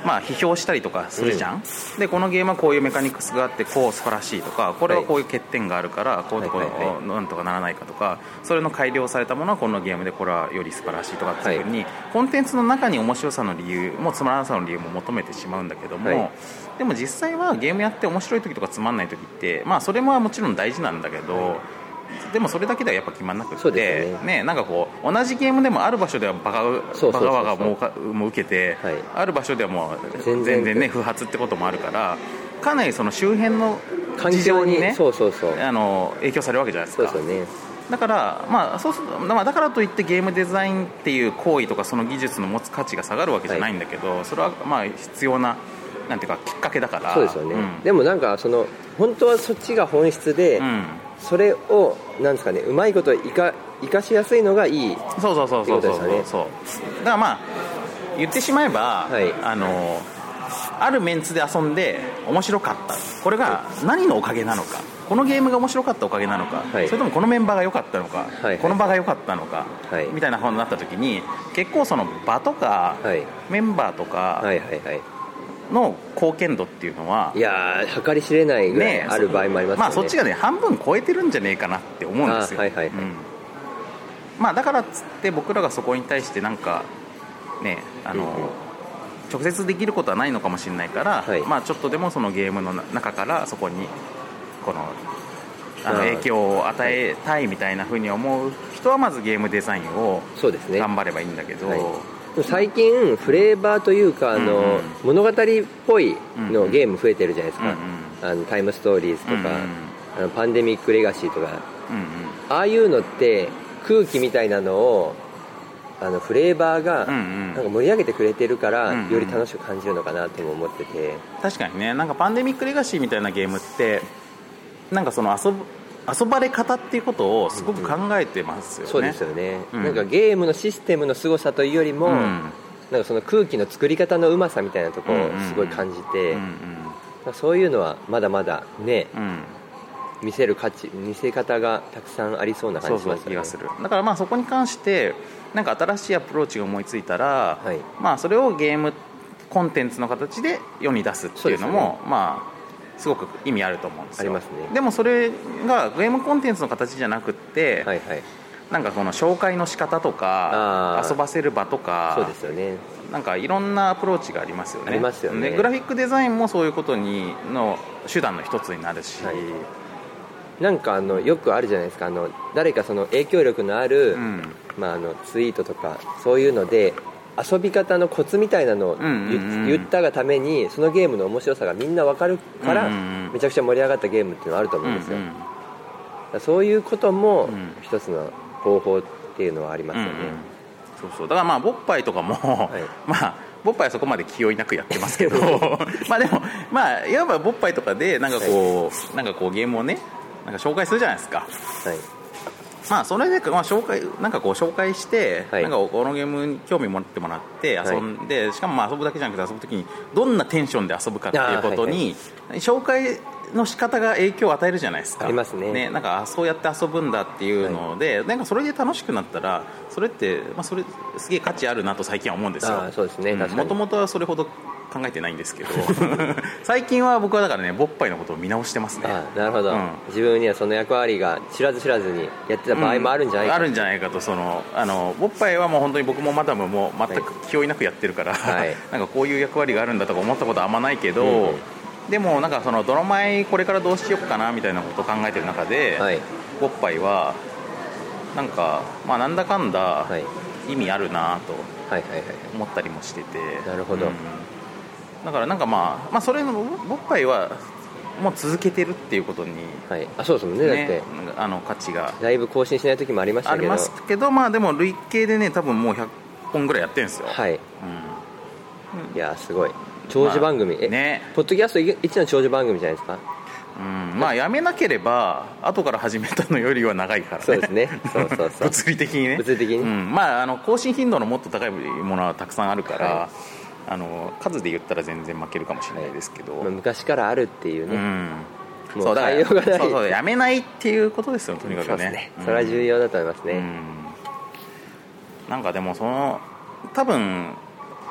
まあ、批評したりとかするじゃん、でこのゲームはこういうメカニクスがあってこう素晴らしいとか、これはこういう欠点があるからこういうところなんとかならないかとか、それの改良されたものはこのゲームでこれはより素晴らしいとかっていうふうに、コンテンツの中に面白さの理由もつまらなさの理由も求めてしまうんだけども、でも実際はゲームやって面白い時とかつまんない時って、まあ、それももちろん大事なんだけど、でもそれだけではやっぱ決まんなくて、ね、なんかこう同じゲームでもある場所ではバカバカも受けて、ある場所ではもう全然ね不発ってこともあるから、かなりその周辺の事情にね影響されるわけじゃないですか。だから、まあ、だからといってゲームデザインっていう行為とかその技術の持つ価値が下がるわけじゃないんだけど、それはまあ必要ななんていうかきっかけだから。 そうですよね、でもなんかその本当はそっちが本質で、それをなんですかね、うまいこと生かしやすいのがいい。 そうだからまあ言ってしまえば、あるメンツで遊んで面白かった、これが何のおかげなのか、このゲームが面白かったおかげなのか、それともこのメンバーが良かったのか、この場が良かったのか、みたいなことになった時に、結構その場とか、メンバーとかの貢献度っていうのは、 いやー計り知れないぐらいある場合もありますよね。 まあ、そっちがね半分超えてるんじゃねえかなって思うんですよ。まあ、だからっつって僕らがそこに対してなんかね直接できることはないのかもしれないから、まあ、ちょっとでもそのゲームの中からそこにこの影響を与えたいみたいな風に思う人はまずゲームデザインを頑張ればいいんだけど、 最近フレーバーというか物語っぽいのゲーム増えてるじゃないですか、タイムストーリーズとか、パンデミックレガシーとか、ああいうのって空気みたいなのをフレーバーがなんか盛り上げてくれてるから、より楽しく感じるのかなとも思ってて。 確かにね、なんかパンデミックレガシーみたいなゲームってなんかその遊ばれ方っていうことをすごく考えてますよね。 そうですよね、なんかゲームのシステムの凄さというよりも、なんかその空気の作り方のうまさみたいなところをすごい感じて、そういうのはまだまだね、見せ方がたくさんありそうな感じしますよね。 だからまあそこに関してなんか新しいアプローチが思いついたら、まあそれをゲームコンテンツの形で世に出すっていうのもまあすごく意味あると思うんですよ。 ありますね。 でもそれがゲームコンテンツの形じゃなくって、なんかこの紹介の仕方とか遊ばせる場とか、 そうですよね、 なんかいろんなアプローチがありますよね。 ありますよね。 でグラフィックデザインもそういうことの手段の一つになるし、 なんかよくあるじゃないですか、誰かその影響力のある、ツイートとかそういうので遊び方のコツみたいなのを言ったがために、そのゲームの面白さがみんな分かるから、めちゃくちゃ盛り上がったゲームっていうのはあると思うんですよ、そういうことも一つの方法っていうのはありますよね、 だからまあボッパイとかも、まあボッパイはそこまで気負いなくやってますけどまあでもまあいわばボッパイとかでなんかこう、なんかこうゲームをねなんか紹介するじゃないですか、まあそれでまあなんかこう紹介して、なんかこのゲームに興味持ってもらって遊んで、しかもまあ遊ぶだけじゃなくて遊ぶときにどんなテンションで遊ぶかっていうことに、紹介の仕方が影響を与えるじゃないですか。 ありますね。 なんかそうやって遊ぶんだっていうので、なんかそれで楽しくなったらそれって、まあ、それすげえ価値あるなと最近は思うんですよ。 そうですね。 もともとはそれほど考えてないんですけど最近は僕はだからねボッパイのことを見直してますね。 なるほど、自分にはその役割が知らず知らずにやってた場合もあるんじゃないか、 あるんじゃないかと。ボッパイはもう本当に僕もマダムも全く気負いなくやってるから、なんかこういう役割があるんだとか思ったことはあんまないけど、でもなんかその泥米これからどうしようかなみたいなことを考えてる中で、ボッパイはなんかまあなんだかんだ意味あるなと思ったりもしてて、 なるほど、 だからなんかまあそれのボッパイはもう続けてるっていうことに、 そうですもんね。だって価値がだいぶ更新しない時もありましたけど、 ありますけど、まあでも累計でね多分もう100本ぐらいやってるんですよ。 いやすごい長寿番組、ポッドキャスト一の長寿番組じゃないですか。 まあやめなければ後から始めたのよりは長いからね。 そうですね。 物理的にね。まあ更新頻度のもっと高いものはたくさんあるから、数で言ったら全然負けるかもしれないですけど、 昔からあるっていうね、 もう変えようがない。そうやめないっていうことですよ、とにかくね。 それは重要だと思いますね。 なんかでも多分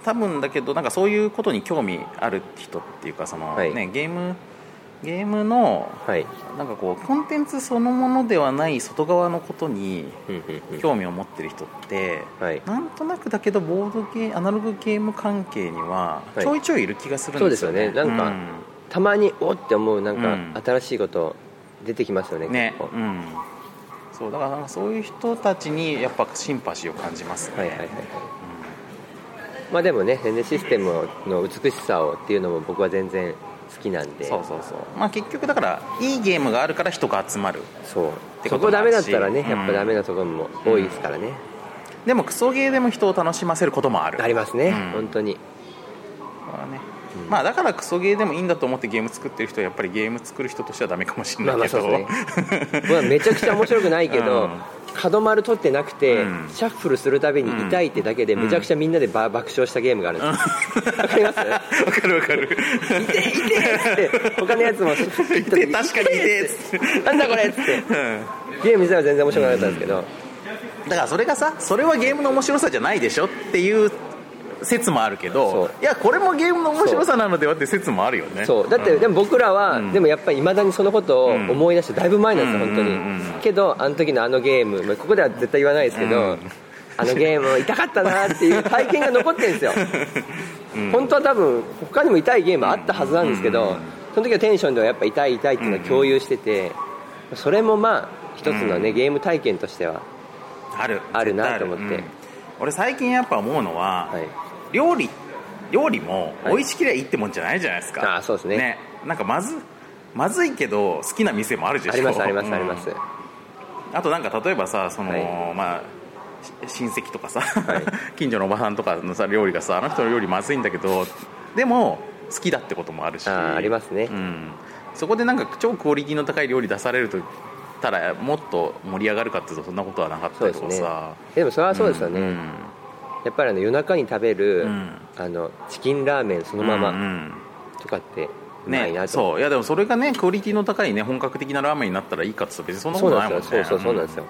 多分だけどなんかそういうことに興味ある人っていうかその、 はいね、ゲームの、 はい、 なんかこうコンテンツそのものではない外側のことに興味を持ってる人って、 はい、 なんとなくだけどアナログゲーム関係にはちょいちょいいる気がするんですよね、 そうですよね。なんか、たまにおって思うなんか、新しいこと出てきますよね、 ね、 結構。 そうだからそういう人たちにやっぱシンパシーを感じますね。 はいはいはい、まあでもね全然システムの美しさをっていうのも僕は全然好きなんで、 そう、まあ、結局だからいいゲームがあるから人が集まる、 そうってそここともあるしダメだったらねやっぱダメなところも多いですからね、 でもクソゲーでも人を楽しませることもある。 ありますね、本当に。 まあね、まあだからクソゲーでもいいんだと思ってゲーム作ってる人はやっぱりゲーム作る人としてはダメかもしれないけど、 まあそうですねめちゃくちゃ面白くないけど、角丸取ってなくて、シャッフルするたびに痛いってだけでめちゃくちゃみんなで爆笑したゲームがあるんですよ、わかります？ わかる痛いって他のやつも確かに痛いっつってなんだこれっつって、ゲーム自体は全然面白くなかったんですけど、 だからそれがさ、それはゲームの面白さじゃないでしょっていう説もあるけど、いやこれもゲームの面白さなのではって説もあるよね。 そうだって、でも僕らは、でもやっぱりいまだにそのことを思い出してだいぶ前なんですよ、本当に。けどあの時のあのゲーム、ここでは絶対言わないですけど、あのゲーム痛かったなっていう体験が残ってるんですよ、本当は多分他にも痛いゲームあったはずなんですけど、その時はテンションではやっぱ痛いっていうのを共有してて、それもまあ一つのね、ゲーム体験としてはあるなと思って、 俺最近やっぱ思うのは、料理も美味しければいいってもんじゃないじゃないですか。 あ、そうですね。 なんかまずいけど好きな店もあるでしょ。 ありますあります、 あとなんか例えばさ、その、まあ親戚とかさ、近所のおばさんとかのさ料理がさ、あの人の料理まずいんだけどでも好きだってこともあるし、 ありますね、 そこでなんか超クオリティの高い料理出されるとたらもっと盛り上がるかっていうとそんなことはなかったりとかさ。 でもそれはそうですよね、やっぱり夜中に食べる、チキンラーメンそのままとかってないなと、 そういやでもそれがねクオリティの高いね本格的なラーメンになったらいいかって言ったら別にそんなことないもんね。 そうなんですよ、 そうなんですよね。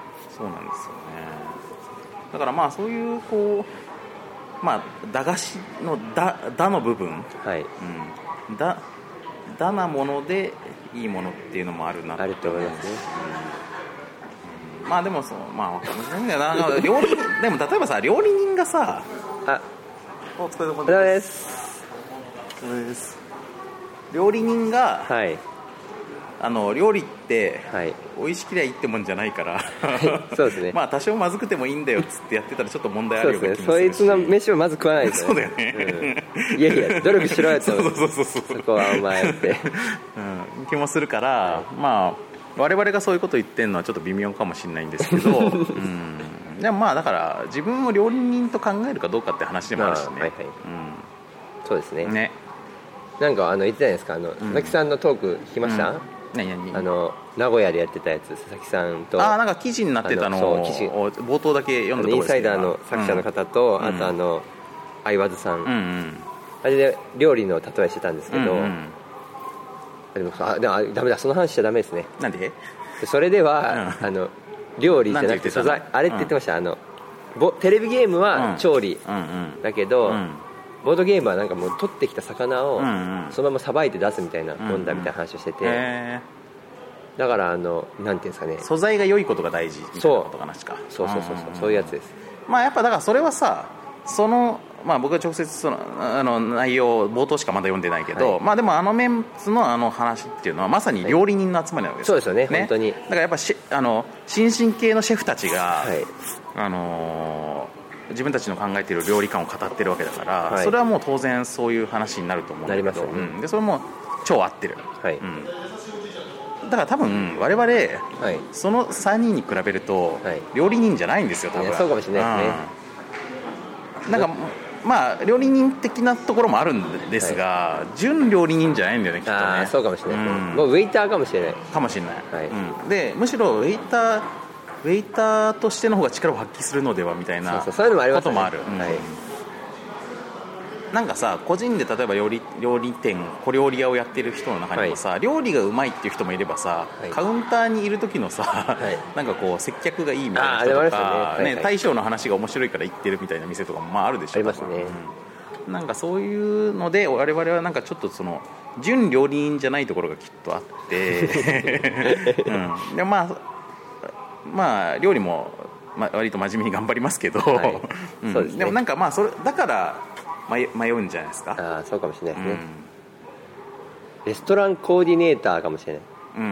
だからまあそういうこうまあ駄菓子の駄の部分、駄なものでいいものっていうのもあるなあると思いますね。 まあでもまあ難しいんだよな料理でも例えばさ料理人がさ、お疲れ様です。料理人が、料理って美味しければいいってもんじゃないからそうですねまあ多少まずくてもいいんだよっつってやってたらちょっと問題あるような気もするし、 そいつの飯をまず食わないですよね。 そうだよね、 いや努力しろよってそこはお前って気もするから、まあ我々がそういうこと言ってるのはちょっと微妙かもしれないんですけどでもまあだから自分を料理人と考えるかどうかって話でもあるしね、 そうですね。なんか言ってたじゃないですか、佐々木さんのトーク聞きました？名古屋でやってたやつ、佐々木さんとなんか記事になってたのを冒頭だけ読んだところです。インサイダーの作者の方と、あと相葉さん、あれで料理の例えしてたんですけど、でもダメだ、その話しちゃダメですね。 なんで？ それでは、料理じゃなくて素材、あれって言ってました。テレビゲームは調理だけど、ボードゲームはなんかもう取ってきた魚をそのままさばいて出すみたいなもんだみたいな話をしてて、だからなんていうんですかね、 素材が良いことが大事みたいなことかなしか。 そういうやつです。 まあやっぱだからそれはさ、まあ僕は直接その内容冒頭しかまだ読んでないけど、まあでもメンツの話っていうのはまさに料理人の集まりなわけですよ。 そうですよね、本当に。 だからやっぱ新進系のシェフたちが自分たちの考えている料理観を語ってるわけだから、それはもう当然そういう話になると思うんだけど、でそれも超合ってる、だから多分我々、その3人に比べると、料理人じゃないんですよ多分。 そうかもしれないですね。 なんかまあ料理人的なところもあるんですが、準料理人じゃないんだよねきっとね。 そうかもしれないですね、もうウェイターかもしれないでむしろウェイターとしての方が力を発揮するのではみたいなこともある。なんかさ、個人で例えば料理店小料理屋をやってる人の中にもさ、料理がうまいっていう人もいればさ、カウンターにいる時のさ、なんかこう接客がいいみたいな人とか、大将の話が面白いから行ってるみたいな店とかもまああるでしょ。 ありますね。 なんかそういうので我々はなんかちょっとその準料理人じゃないところがきっとあって、でまあ料理も、割と真面目に頑張りますけど、 はいそうですね、 でもなんかまあそれだから迷うんじゃないですか。 あそうかもしれないですね、レストランコーディネーターかもしれない、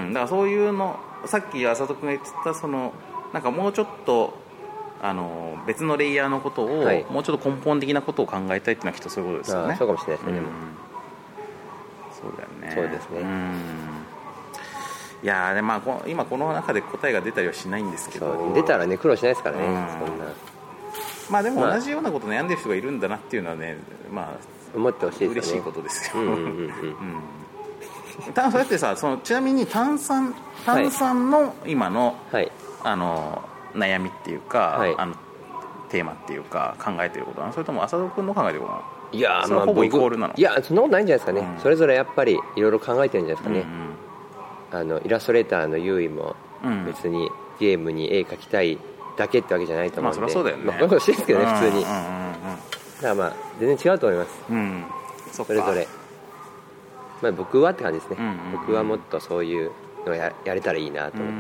だからそういうのさっき浅戸君が言ってたそのなんかもうちょっと別のレイヤーのことを、 はいもうちょっと根本的なことを考えたいっていうのはきっとそういうことですよね。 そうかもしれないですね、でもそうだよね。 そうですね、 いやでまあ今この中で答えが出たりはしないんですけど、 出たらね苦労しないですからね、 うんそんなまあでも同じようなこと悩んでる人がいるんだなっていうのはね、まあ思ってほしいですよね、 嬉しいことですよ。 うんそうやってさちなみに炭酸の今の、 はい、 悩みっていうか、 はいテーマっていうか考えてることなの、それとも浅戸君の考えてることなの？ いやそれはほぼイコールなの？ いやそんなことないんじゃないですかね、 うんそれぞれやっぱりいろいろ考えてるんじゃないですかね、イラストレーターの優位も別にゲームに絵描きたいだけってわけじゃないと思うんで、 まあそりゃそうだよね、 まあ、欲しいですけどね普通に、 うんだからまあ全然違うと思います、 そっかそれぞれ、まあ、僕はって感じですね、僕はもっとそういうのを やれたらいいなと思って、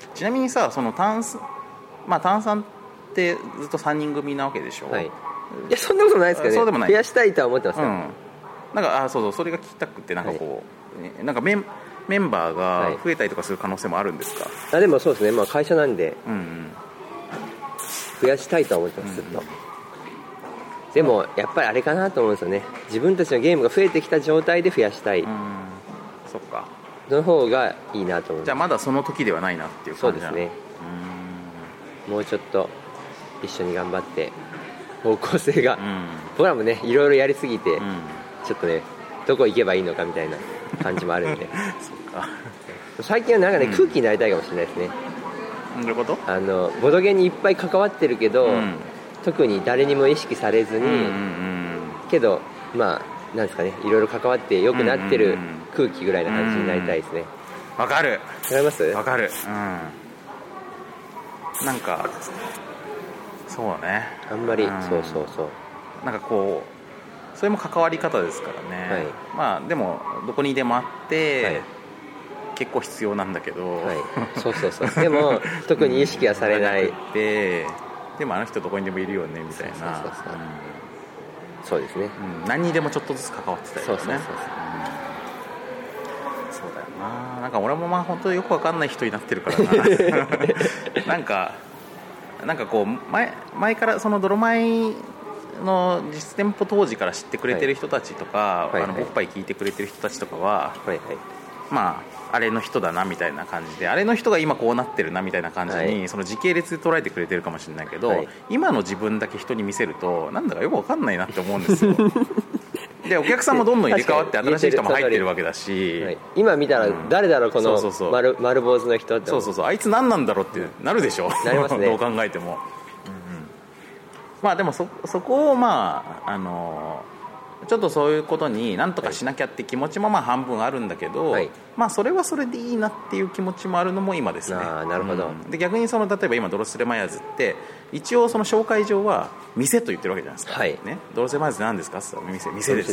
ちなみにさその炭酸ってずっと3人組なわけでしょ、 はい、いやそんなことないですけどね、 そうでもない増やしたいとは思ってますよ、 なんかそうそれが聞きたくてなんかこう、なんかメンバーが増えたりとかする可能性もあるんですか？ あでもそうですね、まあ、会社なんで増やしたいとは思ってます、ずっと。でもやっぱりあれかなと思うんですよね、自分たちのゲームが増えてきた状態で増やしたい、 そっか、 その方がいいなと思う。 じゃあまだその時ではないなっていう感じなの？ そうですね、もうちょっと一緒に頑張って方向性が、僕らもねいろいろやりすぎて、ちょっとねどこ行けばいいのかみたいな感じもあるんでそっか、 最近はなんかね、空気になりたいかもしれないですね。 どういうこと？ ボドゲーにいっぱい関わってるけど、特に誰にも意識されずに、けどまあなんですかね、いろいろ関わって良くなってる空気ぐらいな感じになりたいですね。 わかる、 わかります？ わかる、なんかそうね、 あんまり、そうなんかこうそれも関わり方ですからね、 はい、 まあでもどこにでもあって、はい、結構必要なんだけど、 はい、そうでも特に意識はされないでもあの人どこにでもいるよねみたいな、 そうですね、 何にでもちょっとずつ関わってたりとかね、そうだよな。なんか俺もまあ本当によく分かんない人になってるからななんかこう前からその泥米の実店舗当時から知ってくれてる人たちとか、おっぱい聞いてくれてる人たちとかは、まああれの人だなみたいな感じで、あれの人が今こうなってるなみたいな感じに、その時系列で捉えてくれてるかもしれないけど、今の自分だけ人に見せるとなんだかよく分かんないなって思うんですよでお客さんもどんどん入れ替わって新しい人も入ってるわけだし、 今見たら誰だろうこの丸坊主の人って、 そうあいつ何なんだろうってなるでしょなりますねどう考えても、まあでもそこをまあちょっとそういうことに何とかしなきゃって気持ちもまあ半分あるんだけど、まあそれはそれでいいなっていう気持ちもあるのも今ですね。 なるほど、 で逆に例えば今ドロスレマイヤーズって一応その紹介上は店と言ってるわけじゃないですか、ね、ドロスレマイヤーズって何ですかって言ったら店です、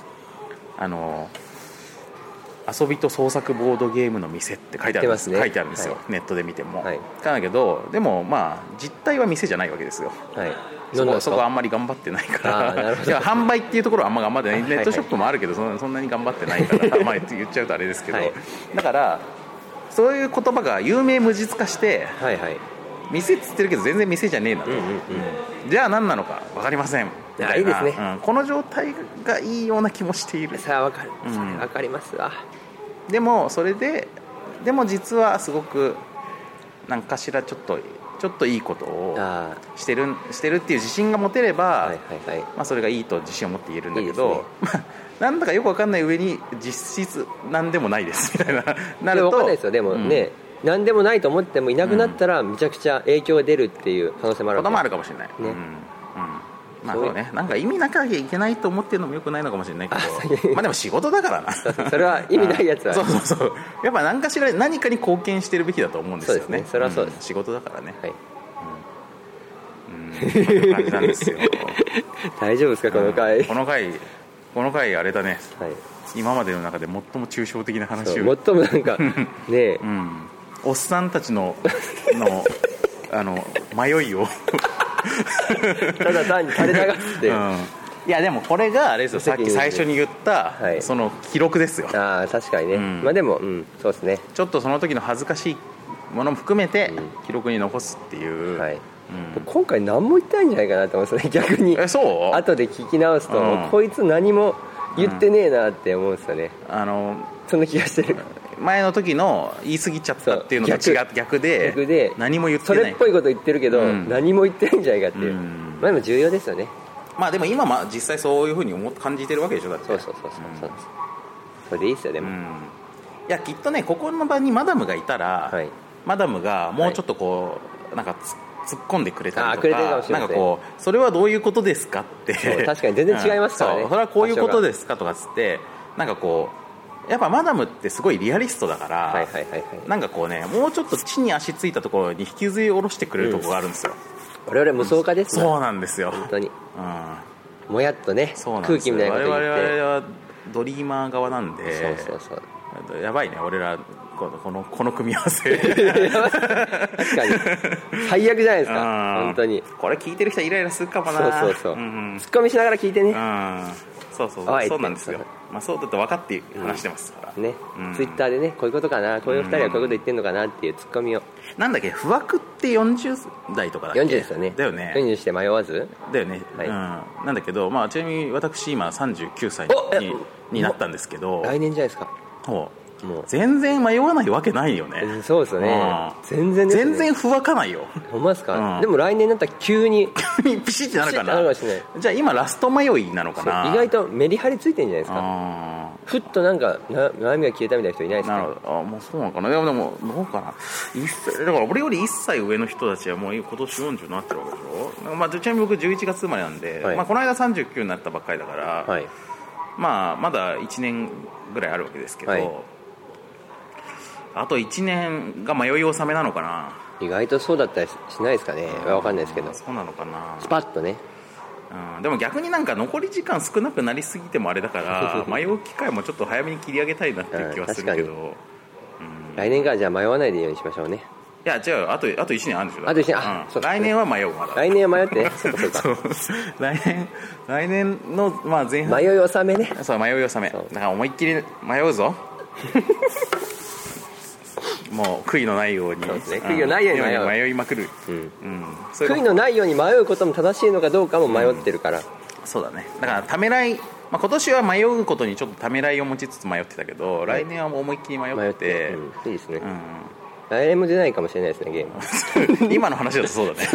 遊びと創作ボードゲームの店って書いてあるんですよ、ネットで見ても、だけどでもまあ実態は店じゃないわけですよ、そこはあんまり頑張ってないから販売っていうところはあんま頑張ってない、ネットショップもあるけどそんなに頑張ってないからまあ言っちゃうとあれですけど、だからそういう言葉が有名無実化して、店っつってるけど全然店じゃねえなと、じゃあ何なのか分かりませんみたいな、いいですね、この状態がいいような気もしている。 さあ分かりますわ。 でも実はすごく何かしらちょっといいことをしてるっていう自信が持てれば、まあそれがいいと自信を持って言えるんだけど、なんだかよく分かんない上に実質何でもないですみたいななると分かんないですよ。でもね、何でもないと思ってもいなくなったらめちゃくちゃ影響が出るっていう可能性もあるわけ、 こともあるかもしれないね。まあそうね、なんか意味なきゃいけないと思ってるのもよくないのかもしれないけど、まあでも仕事だからなそれは意味ないやつはそうやっぱ何かしら何かに貢献してるべきだと思うんですよね。 それはそうです、 仕事だからね。 感じなんですよ大丈夫ですかこの回、 この回あれだね、 はい、 今までの中で最も抽象的な話を最もなんかね、 おっさんたちの迷いをただ単に垂れ流して、 いやでもこれがあれですよ、さっき最初に言った、その記録ですよ。 あ、確かにね、まあでも、そうですね、 ちょっとその時の恥ずかしいものも含めて記録に残すっていう、 今回何も言ってないんじゃないかなと思うんですよね、逆に。 そう後で聞き直すと、こいつ何も言ってねえなって思うんですよね、そんな気がしてる。 前の時の言い過ぎちゃったっていうのと逆で何も言ってない、 それっぽいこと言ってるけど、何も言ってないんじゃないかっていう、まあでも重要ですよね。 まあでも今実際そういうふうに感じてるわけでしょ、だって。 そうそれでいいですよ。でも、いやきっとね、ここの場にマダムがいたら、マダムがもうちょっとこう、なんか突っ込んでくれたりとか、なんかこうそれはどういうことですかって確かに全然違いますからね、 それはこういうことですかとかつって、なんかこうやっぱマダムってすごいリアリストだから、なんかこうね、もうちょっと地に足ついたところに引きずり下ろしてくれるところがあるんですよ。 我々無双家ですね。 そうなんですよ、 本当に、もやっとね、空気みたいなこと言って、 我々はドリーマー側なんで、 そうやばいね、俺らこの組み合わせ確かに最悪じゃないですか、本当に。 これ聞いてる人はイライラするかもな。 そうツッコミしながら聞いてね。 そうなんですよ。まあそうだと分かって話してますからね。ツイッターでね、こういうことかな、こういう2人はこういうこと言ってんのかなっていうツッコミを。 なんだっけ、不惑って40代とかだっけ。 40ですよね。 だよね。 40して迷わずだよね。なんだけど、まあちなみに私今39歳になったんですけど、 来年じゃないですか。 もう全然迷わないわけないよね。 そうですよね、全然不惑かないよ。 ほんまですか、でも来年になったら急にピシッてなるかな。じゃあ今ラスト迷いなのかな。 意外とメリハリついてるんじゃないですか。ふっとなんか悩みが消えたみたいな人いないですか。 なるほど。もうそうなのかな。でもどうかな。だから俺より1歳上の人たちはもう今年40になってるわけでしょ。まあ、ちなみに僕11月生まれなんで、まあ、この間39になったばっかりだから、まあまだ1年ぐらいあるわけですけど、あと1年が迷い納めなのかな。 意外とそうだったりしないですかね。分かんないですけど、 そうなのかな。 スパッとね。 でも逆になんか残り時間少なくなりすぎてもあれだから迷う機会もちょっと早めに切り上げたいなっていう気はするけど、 来年からじゃあ迷わないでいいようにしましょうね。 いや違う、あと1年あるんでしょ。 あと1年、 来年は迷う。まだ来年は迷ってね。そうか来年の、まあ、前半迷い納めね。 そう、迷い納めだから思いっきり迷うぞもう悔いのないように、 悔いのないように迷いまくる、 悔いのないように迷うことも正しいのかどうかも迷ってるから、 そうだね。だからためらい、まあ、今年は迷うことにちょっとためらいを持ちつつ迷ってたけど、来年はもう思いっきり迷って、 いいですね、来年も出ないかもしれないですね、ゲーム今の話だとそうだね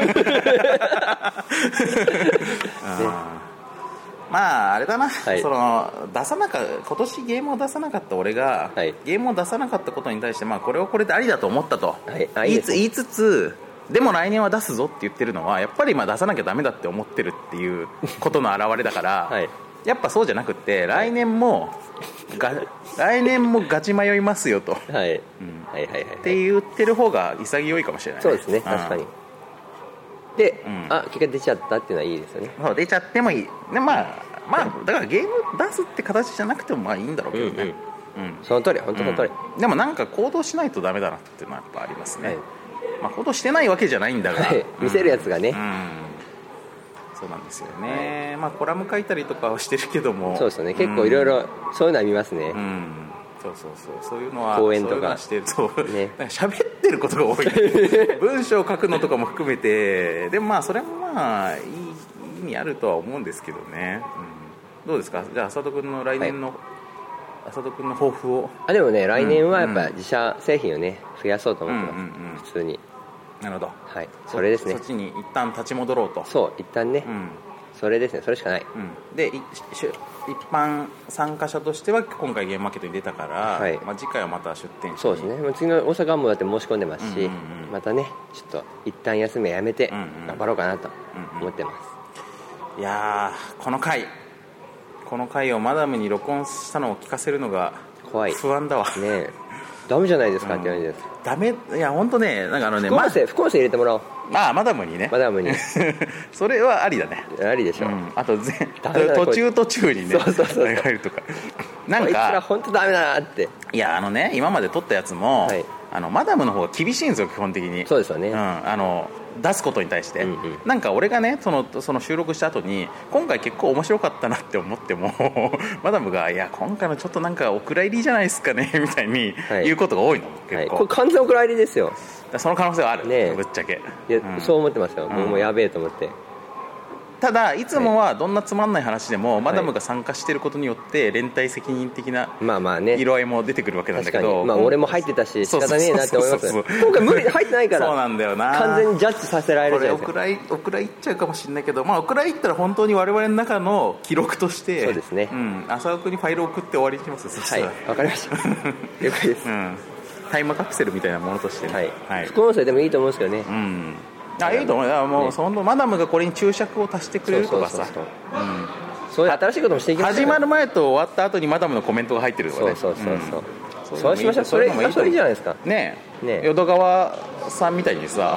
まああれだな、その出さなか今年ゲームを出さなかった俺が、ゲームを出さなかったことに対して、まあこれはこれでありだと思ったと、言いつつ、でも来年は出すぞって言ってるのはやっぱり出さなきゃダメだって思ってるっていうことの表れだから、やっぱそうじゃなくて来年もガチ迷いますよと、って言ってる方が潔いかもしれない、 そうですね、確かに。で、結果出ちゃったっていうのはいいですよね。 そう、出ちゃってもいい。でまあだからゲーム出すって形じゃなくてもまあいいんだろうけどね。 その通り、本当その通り。 でもなんか行動しないとダメだなっていうのはやっぱありますね。まあ行動してないわけじゃないんだが、 見せるやつがね。 そうなんですよね。まあコラム書いたりとかはしてるけども、 そうですよね。結構いろいろそういうのは見ますね。 そういうのは講演とかしてると、なんか喋ってることが多い文章を書くのとかも含めて、でもまあそれもまあいい意味あるとは思うんですけどね、どうですか。じゃあ浅戸君の来年の、浅戸君の抱負を。 でもね、来年はやっぱ自社製品をね増やそうと思ってます、普通に。なるほど、それですね。 そっちに一旦立ち戻ろうと。 そう、一旦ね、それですね、それしかない。 で一般参加者としては今回ゲームマーケットに出たから、まあ、次回はまた出店そうですね。次の大阪もだって申し込んでますし、またねちょっと一旦休みやめて頑張ろうかなと思ってます。 いやー、この回をマダムに録音したのを聞かせるのが怖い、不安だわね。 ダメじゃないですかって言われるんです、 ダメ、いや本当ね、なんか副音声入れてもらおう。 マダムにね、 マダムにそれはありだね。 ありでしょ、 あと途中にねそう入るとか、なんかこいつら本当ダメだなって。 いや今まで撮ったやつも、はい、マダムの方が厳しいんですよ基本的に。 そうですよね、 出すことに対して、なんか俺がねその収録した後に今回結構面白かったなって思ってもマダムがいや今回のちょっとなんかお蔵入りじゃないですかねみたいに言うことが多いの、結構、 これ完全お蔵入りですよ。 その可能性はある、 ね、 ぶっちゃけ。 いや、そう思ってますよ、もうやべえと思って。 ただいつもはどんなつまんない話でも、マダムが参加していることによって連帯責任的な色合いも出てくるわけなんだけど、 俺も入ってたし仕方ねえなって思います。今回無理で入ってないからそうなんだよな、 完全にジャッジさせられるじゃないですか。 これお蔵いっちゃうかもしれないけど、お蔵いったら本当に我々の中の記録として、 そうですね、 浅尾君にファイルを送って終わりにします。そしたらわかりました了解です、 タイムカプセルみたいなものとしてね、 副音声でもいいと思うんですけどね。 いいと思う。もうそのマダムがこれに注釈を足してくれるとかさ、 そういう新しいこともしていきましょう。 始まる前と終わった後にマダムのコメントが入ってるとかね。 そうしましょう。それいいじゃないですかね。淀川さんみたいにさ、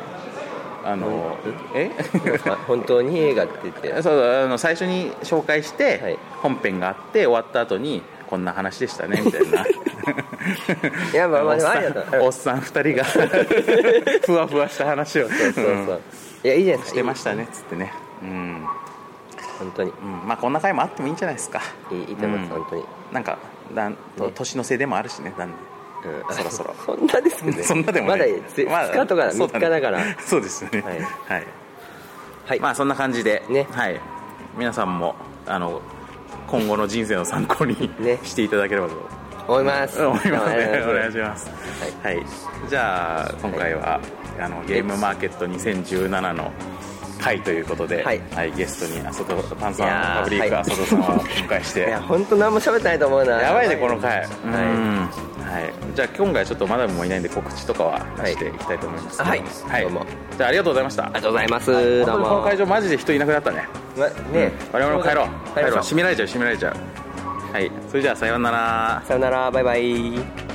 本当に映画って言って最初に紹介して本編があって終わった後にこんな話でしたねみたいな。 いやおっさん2人がふわふわした話をいやいいじゃないですか、 してましたねっつってね。 本当に、 こんな回もあってもいいんじゃないですか。 いいと思います、本当に。 なんか年のせいでもあるしね、そろそろそんなですけどね、 そんなでもまだ2日とか3日だから。 そうですよね。はい、そんな感じで皆さんも今後の人生の参考にしていただければと思います。 お願いします。じゃあ今回はゲームマーケット2017の回ということで、ゲストに炭酸パブリック浅戸さんをお迎えして、いや本当何も喋ってないと思うな。 やばいねこの回。じゃあ今回ちょっとマダムもいないんで告知とかはしていきたいと思います。どうも。じゃあありがとうございました。 ありがとうございます。 どうも。この会場マジで人いなくなったね。我々も帰ろう。閉められちゃう。はい、それじゃあさようなら。 さようなら、バイバイ。